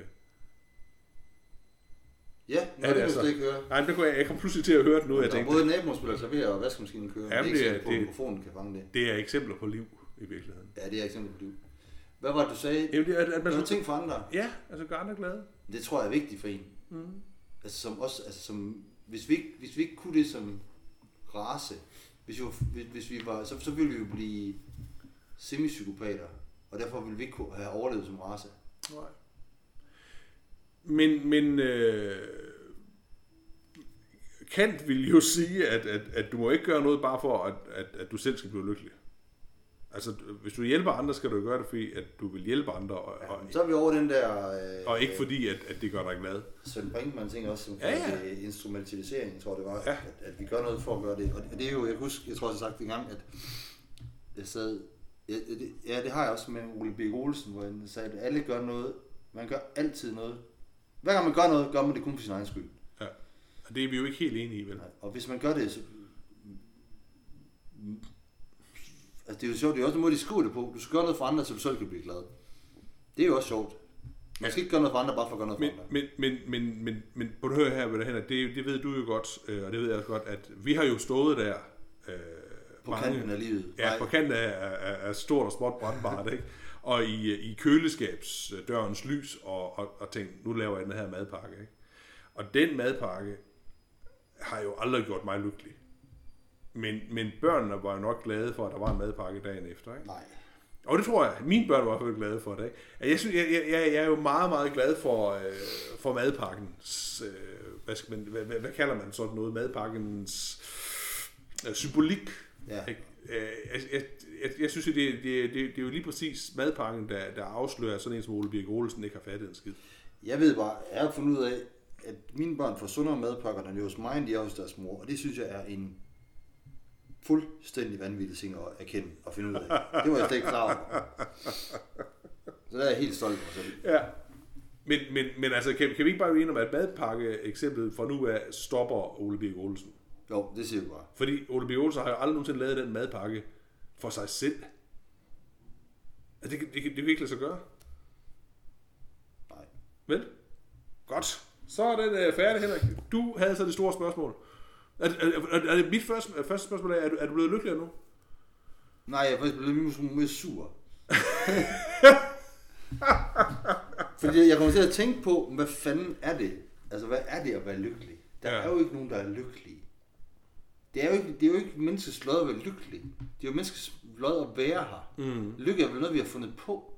Ja, det kan altså. Ikke høre. Nej, det kunne jeg, jeg kom pludselig til at høre det nu. Der jeg tænkte, både naboen spiller klaver og vaskemaskinen kører. Jamen, det er ikke eksempler på, at mikrofonen kan fange det. Det er eksempler på liv i virkeligheden. Ja, det er eksempler på liv. Hvad var det, du sagde? Jamen, det er, at man så ting for andre. Ja, altså gør andre glade. Det tror jeg er vigtigt for en. Mm. Altså som også, altså som, hvis vi ikke, hvis vi ikke kunne det som race, hvis vi, hvis vi var, så, så ville vi jo blive semipsykopater. Og derfor vil vi ikke kunne have overlevet som race. Nej. Men, men øh, Kant vil jo sige, at, at, at du må ikke gøre noget bare for, at, at, at du selv skal blive lykkelig. Altså, hvis du hjælper andre, skal du gøre det, fordi at du vil hjælpe andre. Og, ja, så er vi over den der... Øh, og ikke fordi, at, at det gør dig glad. Svend Brinkmann tænker også, som ja, ja. det instrumentalisering, tror jeg det var, ja. at, at vi gør noget for at gøre det. Og det er jo, jeg husker, jeg tror, jeg har sagt en gang, at jeg sad... Ja, det, ja, det har jeg også med Ole Birk Olesen, hvor han sagde, at alle gør noget. Man gør altid noget. Hver gang man gør noget, gør man det kun for sin egen skyld. Ja, og det er vi jo ikke helt enige i, vel? Nej. Og hvis man gør det, så... Altså, det er jo sjovt, det er også en måde, de skriver det på. Du skal gøre noget for andre, så du selv kan blive glad. Det er jo også sjovt. Man skal ikke gøre noget for andre, bare for at gøre noget men, for andre. Men, men, men, men, men på det høre her, hvad der hænder, det, det ved du jo godt, og det ved jeg også godt, at vi har jo stået der... Øh, på mange, kanten af livet. Ja, på kanten af, af, af stort og småt brandbart, ikke? Og i, i køleskabsdørens lys, og, og, og tænkt, nu laver jeg den her madpakke, ikke? Og den madpakke har jo aldrig gjort mig lykkelig. Men, men børnene var jo nok glade for, at der var en madpakke dagen efter, ikke? Nej. Og det tror jeg, mine børn var i hvert fald glade for det, ikke? Jeg, synes, jeg, jeg, jeg er jo meget, meget glad for, øh, for madpakkens, øh, hvad, skal man, hvad, hvad, hvad kalder man sådan noget, madpakkens øh, symbolik. Ja. Jeg, jeg, jeg, jeg, jeg synes, det, det, det, det er jo lige præcis madpakken, der, der afslører sådan en som Ole Birk Olesen ikke har fattet en skid. Jeg ved bare, jeg har fundet ud af, at mine børn får sundere madpakker, når de er hos mig, end de er hos deres mor. Og det synes jeg er en fuldstændig vanvittig ting at erkende og finde ud af. Det var jeg slet ikke klar over. Så der er jeg helt stolt af mig selv. Ja. Men, men, men altså, kan, kan vi ikke bare blive enige om, at madpakke eksemplet fra nu af stopper Ole Birk Olesen? Jo, det siger vi bare. Fordi Ole Birk Olesen har jo aldrig nogensinde lavet den madpakke for sig selv. Altså, det, det, det kan vi ikke lade sig gøre. Nej. Vel? Godt. Så er den uh, færdig, Henrik. Du havde så det store spørgsmål. Er, er, er, er det mit første, første spørgsmål? Er, er, du, er du blevet lykkelig nu? Nej, jeg er faktisk blevet mere sur. Fordi jeg kommer til at tænke på, hvad fanden er det? Altså, hvad er det at være lykkelig? Der ja. er jo ikke nogen, der er lykkelige. Det er jo ikke, det er jo ikke menneskets lod at være lykkelig. Det er jo menneskets lod at være her. Mm. Lykke er vel noget, vi har fundet på.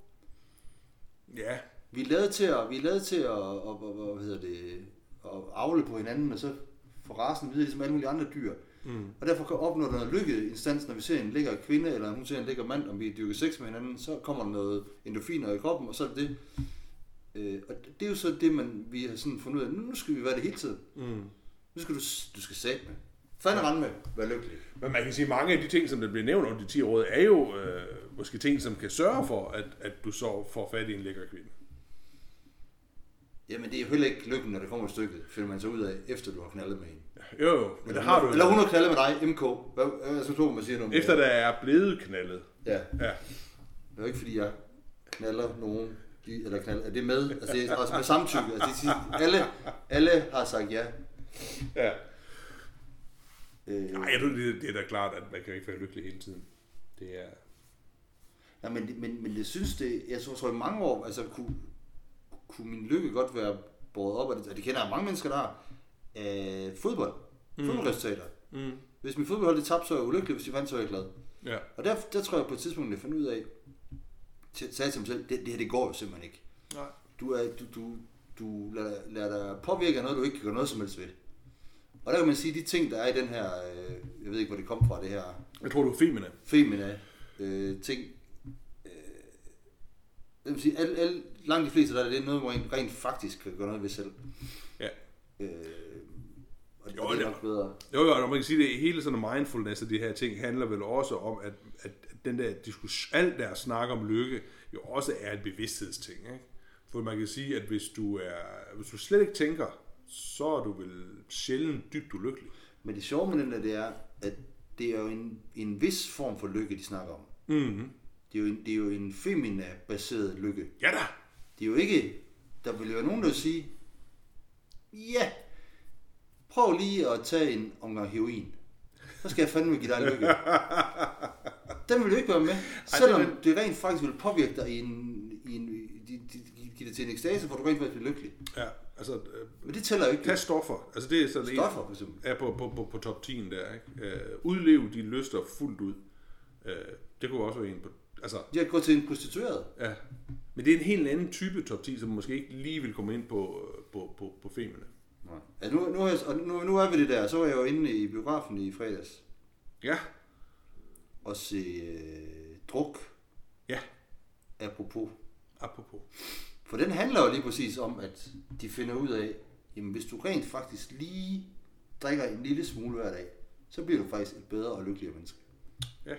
Ja. Vi er lavet til at, vi er lavet til at, at, at, hvad hedder det, at avle på hinanden, og så få rasen videre, ligesom alle mulige andre dyr. Mm. Og derfor kan opnå noget lykkeinstans, når vi ser en lækker kvinde, eller hun ser en lækker mand, om vi dyrker sex med hinanden, så kommer der noget endorfiner i kroppen, og så er det det. Øh, og det er jo så det, man, vi har sådan fundet ud af, nu skal vi være det hele tiden. Mm. Nu skal du, du skal sætte med. Fanden rende med, vær lykkelig. Men man kan sige, at mange af de ting, som der bliver nævnt om de ti råd, er jo øh, måske ting, som kan sørge for, at, at du så får fat i en lækker kvinde. Jamen, det er jo heller ikke lykken, når det kommer et stykke, finder man så ud af, efter du har knaldet med en. Jo, jo, men det har du. Eller hun har knaldet med dig, M K. Hvad, hvad så tror man siger noget om efter der er blevet knaldet. Ja. Ja. Det er jo ikke, fordi jeg knaller nogen, de, eller knaller, er det med? Altså, det er også med samtykke. Altså, det, alle, alle har sagt ja. Ja. Øh, Nej, jeg tror, det, det er da klart, at man kan ikke være lykkelig hele tiden. Det er... Ja, men, men, men jeg synes det, jeg tror, tror i mange år, altså kunne, kunne min lykke godt være båret op, og det, det kender jeg mange mennesker, der har, øh, fodbold, mm. fodboldresultater. Mm. Hvis min fodboldhold det tabte, så er jeg ulykkelig, hvis de vandt, så er jeg glad. Ja. Og der, der tror jeg på et tidspunkt, jeg fandt ud af, sagde til mig selv, det, det her det går jo simpelthen ikke. Nej. Du, er, du, du, du lader, lader dig påvirke af noget, du ikke kan gøre noget som helst ved. Og der kan man sige, de ting, der er i den her, øh, jeg ved ikke, hvor det kom fra, det her... Jeg tror, du er femina. Femina øh, ting. Øh, jeg vil sige, alle, alle, langt de fleste, der er det noget, hvor en rent faktisk kan gøre noget ved selv. Ja. Øh, og, jo, og det er nok bedre. Jo, jo, og man kan sige, at hele sådan mindfulness af de her ting handler vel også om, at, at den der diskussion, alt der snak om lykke, jo også er en bevidsthedsting, ikke? For man kan sige, at hvis du, er, hvis du slet ikke tænker, så er du vel sjældent dybt ulykkelig. Men det sjove med den der, det er, at det er jo en, en vis form for lykke, de snakker om. Mm-hmm. Det, er jo en, det er jo en femina-baseret lykke. Ja da! Det er jo ikke... Der vil jo være nogen, der vil sige, ja, prøv lige at tage en omgang heroin. Så skal jeg fandme give dig lykke. Den vil du ikke være med. Selvom Ej, det, vil... det rent faktisk vil påvirke dig i en... I en de, de, de, give dig til en ekstase, hvor du rent faktisk bliver lykkelig. Ja, altså... Øh, Men det tæller jo ikke. Tag stoffer. Altså det er sådan stoffer, for eksempel. Er på, på, på, på top ti der, ikke? Øh, udlev de lyster fuldt ud. Øh, det kunne også være en på... Altså, de har gået til en prostitueret. Ja. Men det er en helt anden type top ti, som måske ikke lige vil komme ind på, på, på, på filmene. Nej. Ja, nu, nu, er, nu, nu er vi det der. Så var jeg jo inde i biografen i fredags. Ja. Og se øh, Druk. Ja. Apropos. Apropos. For den handler jo lige præcis om, at de finder ud af, jamen hvis du rent faktisk lige drikker en lille smule hver dag, så bliver du faktisk et bedre og lykkeligere menneske. Ja.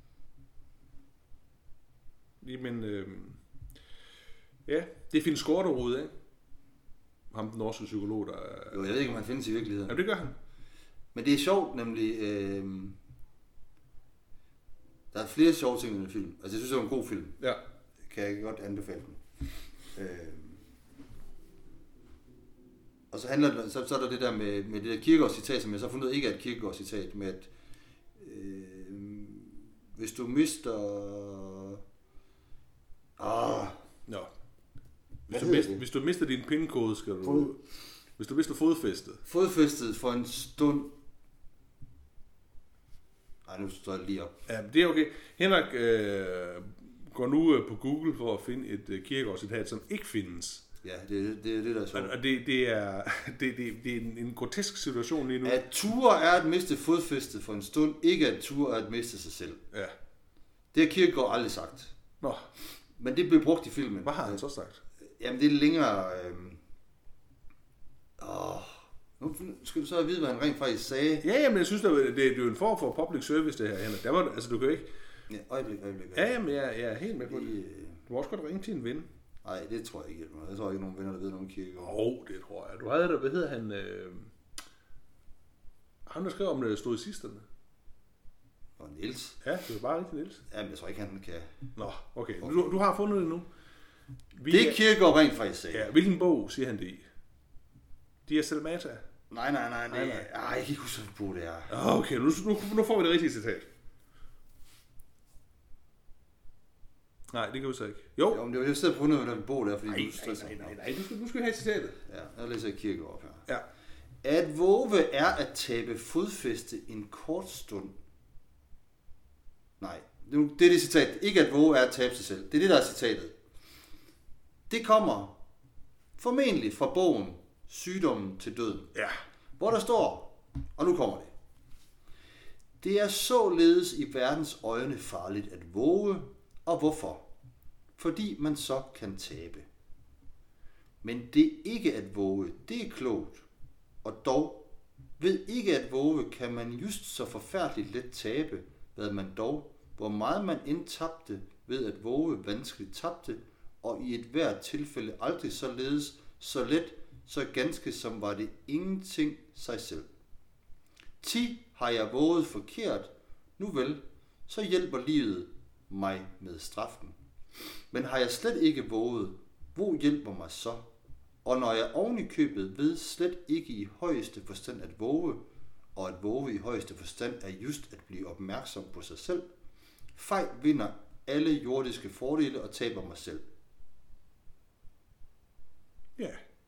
Jamen, øh, ja, det findes Skårderud, ikke? Ham, den norske psykolog, der... Jo, jeg ved ikke, om han findes i virkeligheden. Ja, det gør han. Men det er sjovt, nemlig... Øh, der er flere sjove ting i den film. Altså, jeg synes, det er en god film. Ja. Kan jeg godt anbefale den. Øh, og så handler det, så, så er der det der med, med det der Kierkegaard-citat, som jeg så har fundet ud af ikke er et Kierkegaard-citat, med at øh, hvis du mister... Ah, Nå. Hvis du, mister, hvis du mister din pindkode, skal du... Fod. Hvis du mister fodfæstet. Fodfæstet for en stund... Ej, nu står jeg lige op. Ja, det er okay. Henrik øh, går nu øh, på Google for at finde et øh, Kierkegaard-citat, som ikke findes. Ja, det, det er det, der er sjovt. Og det, det, er, det, det, det er en, en grotesk situation lige nu. At ture er at miste fodfæstet for en stund, ikke at ture er at miste sig selv. Ja. Det har Kierkegaard aldrig sagt. Nå. Men det blev brugt i filmen. Hvad har han så sagt? Jamen, det er længere... Øh... Oh. Nu skal du så vide, hvad han rent faktisk sagde. Ja, jamen, jeg synes, det er, det er jo en form for public service, det her, Henrik. Der var, altså, du kan ikke... Ja, øjeblik, øjeblik. Ja, jamen, jeg, jeg er helt med på det. Du må også godt ringe til en ven. Nej, det tror jeg ikke. Jeg tror ikke, nogen venner, der ved nogen Kierkegaard. Åh, oh, det tror jeg. Du havde der, hvad hedder han? Øh... Han, der skrev om det stoicisterne. Og Niels. Ja, det var bare rigtig Niels. Jamen, jeg tror ikke, han kan. Nå, okay. okay. Du, du har fundet det nu. Vi det er Kierkegaard rent faktisk sagde. Ja, hvilken bog siger han det i? Dias Salmata? Nej, nej, nej. nej, nej. Ej, jeg kan ikke huske, hvilken bog det er. Okay, nu, nu, nu får vi det rigtige citat. Nej, det kan vi så ikke. Jo. Jo, men det var jo stedet på fundet, hvad der bog der, fordi nej, du stresser. Nej, nej, nej, nej. Du skal, du skal have citatet. Ja, jeg læser Kierkegaard op her. Ja. At våge er at tabe fodfæste en kort stund. Nej, det er det citat. Ikke at våge er at tabe sig selv. Det er det, der er citatet. Det kommer formentlig fra bogen Sygdommen til døden. Ja. Hvor der står, og nu kommer det. Det er således i verdens øjne farligt at våge, og hvorfor? Fordi man så kan tabe. Men det ikke at våge, det er klogt, og dog ved ikke at våge, kan man just så forfærdeligt let tabe, hvad man dog, hvor meget man indtabte ved at våge vanskeligt tabte, og i et hvert tilfælde aldrig således så let, så ganske som var det ingenting sig selv. Ti har jeg våget forkert, nu vel, så hjælper livet mig med straffen. Men har jeg slet ikke våget, hvor hjælper mig så? Og når jeg oven i købet ved slet ikke i højeste forstand at våge, og at våge i højeste forstand er just at blive opmærksom på sig selv, fej vinder alle jordiske fordele og taber mig selv. Ja.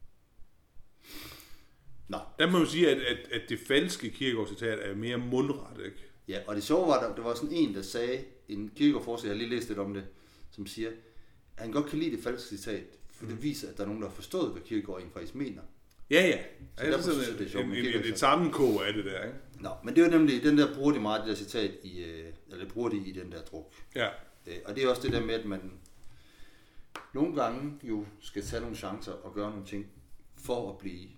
Nå. Der må man sige, at, at, at det falske Kierkegaard-citat er mere mundret, ikke? Ja, og det sjove var, at der var sådan en, der sagde, en Kierkegaard-forsker, jeg har lige læst lidt om det, som siger, at han godt kan lide det falske citat, for mm. det viser, at der er nogen, der har forstået, hvad Kierkegaard egentlig faktisk mener. Ja, ja. Så ja, derfor synes jeg, det er sjovt. En, en, et sammenkog af det der, ikke? Nå, men det er jo nemlig, den der bruger de meget, det der citat, i, eller bruger de i den der druk. Ja. Og det er også det der med, at man nogle gange jo skal tage nogle chancer og gøre nogle ting, for at blive,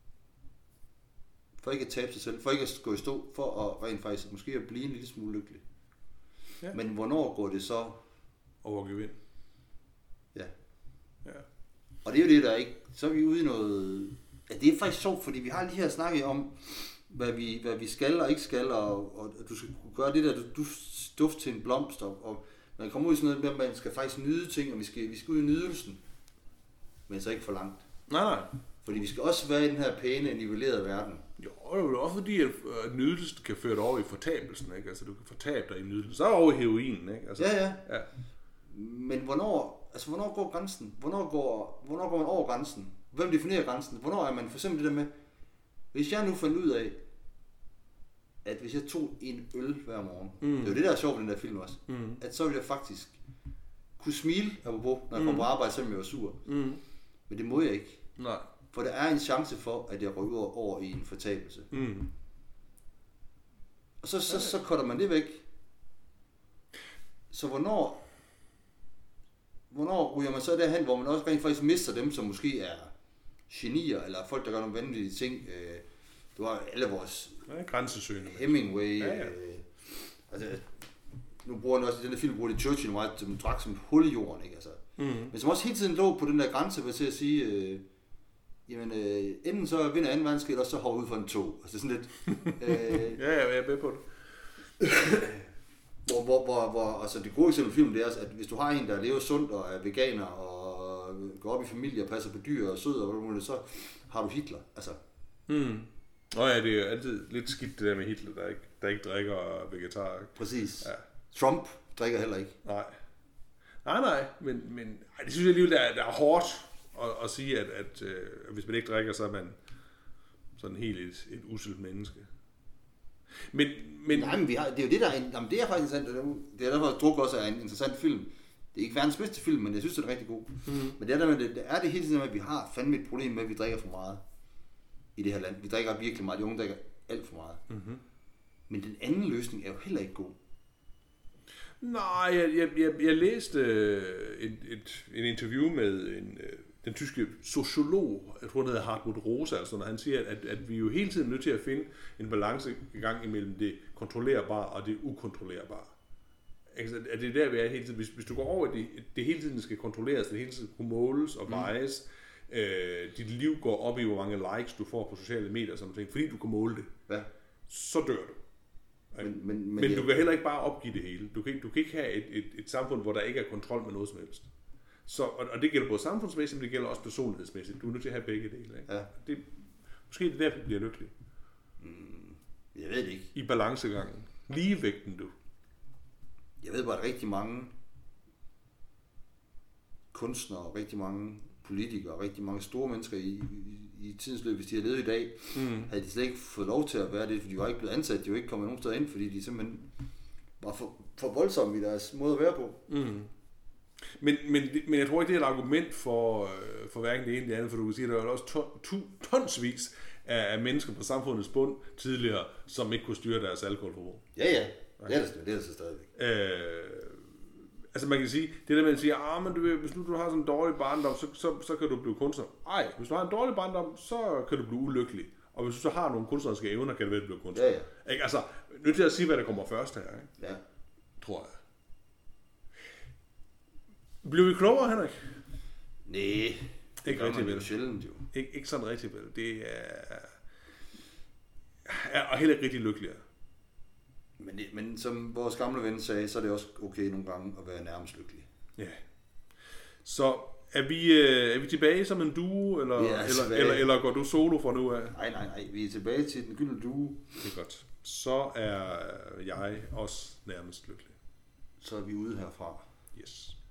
for ikke at tabe sig selv, for ikke at gå i stå, for at rent faktisk måske at blive en lille smule lykkelig. Ja. Men hvornår går det så over gevind? Ja. Ja. Og det er jo det, der ikke, så er vi ude i noget, ja, det er faktisk sjovt, fordi vi har lige her snakket om, hvad vi, hvad vi skal og ikke skal, og, og du skal gøre det der, du, du duft til en blomst, og, og man kommer ud i sådan noget med, at man skal faktisk nyde ting, og vi skal, vi skal ud i nydelsen, men så ikke for langt. Nej, nej. Fordi vi skal også være i den her pæne, nivellerede verden. Jo, det er også fordi, at nydelsen kan føre dig over i fortabelsen, ikke? Altså, du kan fortabe dig i nydelsen. Så er over heroinen, ikke? Altså, ja, ja, ja. Men hvornår, altså, hvornår går grænsen? Hvornår går, hvornår går man over grænsen? Hvem definerer grænsen? Hvornår er man for eksempel det der med, hvis jeg nu fandt ud af, at hvis jeg tog en øl hver morgen, mm. det er jo det, der er sjovt ved den der film også, mm. at så ville jeg faktisk kunne smile, apropos, når jeg kom mm. på arbejde, selvom jeg var sur. Mm. Men det må jeg ikke. Nej. For der er en chance for, at jeg rykker over i en fortabelse. Mm. Og så, så, så cutter man det væk. Så hvornår, hvornår ryger man så derhen, hvor man også rent faktisk mister dem, som måske er genier, eller folk, der gør nogle vanvittige ting. Du har alle vores ja, grænsesøgende. Hemingway. Ja, ja. Øh, altså, nu bruger han også i den der film, bruger de Churchill meget, som drak som et hul i jorden, ikke? Altså, mm. Men som også hele tiden lå på den der grænse, ved til at sige, øh, jamen, øh, enten så vinder anden verdenskrig, eller så hopper ud for en tog. Altså sådan lidt... øh, ja, ja, jeg er med på det. hvor, hvor, hvor, hvor, altså det gode eksempel i filmen, det er, at hvis du har en, der lever sundt og er veganer, og går op i familie og passer på dyr og sød, og så har du Hitler. Altså... Mm. Nå ja, det er jo altid lidt skidt det der med Hitler, der ikke, der ikke drikker og vegetar. Ikke? Præcis. Ja. Trump drikker heller ikke. Nej. Nej, nej, men, men ej, det synes jeg alligevel, der er, der er hårdt at, at sige, at, at øh, hvis man ikke drikker, så er man sådan helt et, et uselt menneske. Men, men... Nej, men vi har, det er jo det, der er, jamen, det er faktisk interessant. Det er derfor, at Druk også er en interessant film. Det er ikke verdens bedste film, men jeg synes, det er rigtig god. Mm. Men det er, der, det, det er det hele tiden, at vi har fandme et problem med, at vi drikker for meget i det her land. Vi drikker virkelig meget. De unge drikker alt for meget. Mm-hmm. Men den anden løsning er jo heller ikke god. Nej, jeg, jeg, jeg, jeg læste øh, et, et, et interview med en, øh, den tyske sociolog, jeg tror det hedder Hartmut Rosa, altså, når han siger, at, at vi jo hele tiden er nødt til at finde en balance i gang imellem det kontrollerbare og det ukontrollerbare. Altså, at det er der, vi er hele tiden. Hvis, hvis du går over, at det, det hele tiden skal kontrolleres, det hele tiden skal måles og vejes, mm. øh, dit liv går op i, hvor mange likes du får på sociale medier, sådan noget, fordi du kan måle det, ja. Så dør du. Men, men, men, men du kan heller ikke bare opgive det hele. Du kan, du kan ikke have et, et, et samfund, hvor der ikke er kontrol med noget som helst. Så, og, og det gælder både samfundsmæssigt, men det gælder også personlighedsmæssigt. Du er nødt til at have begge dele. Ikke? Ja. Det, måske det er derfor, du bliver lykkelig. Mm, jeg ved det ikke. I balancegangen. Ligevægten, du. Jeg ved bare, at rigtig mange kunstnere, rigtig mange politikere, rigtig mange store mennesker i, i, i tidens løb, hvis de havde levet i dag, mm. havde de slet ikke fået lov til at være det, for de var ikke blevet ansat, de var ikke kommet nogen steder ind, fordi de simpelthen var for, for voldsomme i deres måde at være på. Mm. Men, men, men jeg tror ikke, det er et argument for, for hverken det ene eller det andet, for du kan sige, at der er også ton, to, tonsvis af, af mennesker på samfundets bund tidligere, som ikke kunne styre deres alkoholforbrug. Ja, ja. Det er det, det er det så stadigvæk. Øh, altså man kan sige, det der man siger, ah, men du, hvis nu du har sådan en dårlig barndom, så, så, så kan du blive kunstner. Ej, hvis du har en dårlig barndom, så kan du blive ulykkelig. Og hvis du så har nogle kunstneriske evner, kan det være, at du bliver kunstner. Ja, ja. Ikke? Altså, nødt til at sige, hvad der kommer først her, ikke? Ja. Tror jeg. Blev vi klogere, Henrik? Nej. Ikke rigtig vel. Sjældent, jo. Ik- ikke sådan rigtig vel. Det er... er og heller ikke rigtig lykkeligere. Men, det, men som vores gamle ven sagde, så er det også okay nogle gange at være nærmest lykkelig. Ja. Så er vi, er vi tilbage som en duo, eller, eller, eller, eller går du solo fra nu af? Nej, nej, nej. Vi er tilbage til den gyldne duo. Det er godt. Så er jeg også nærmest lykkelig. Så er vi ude herfra. Yes.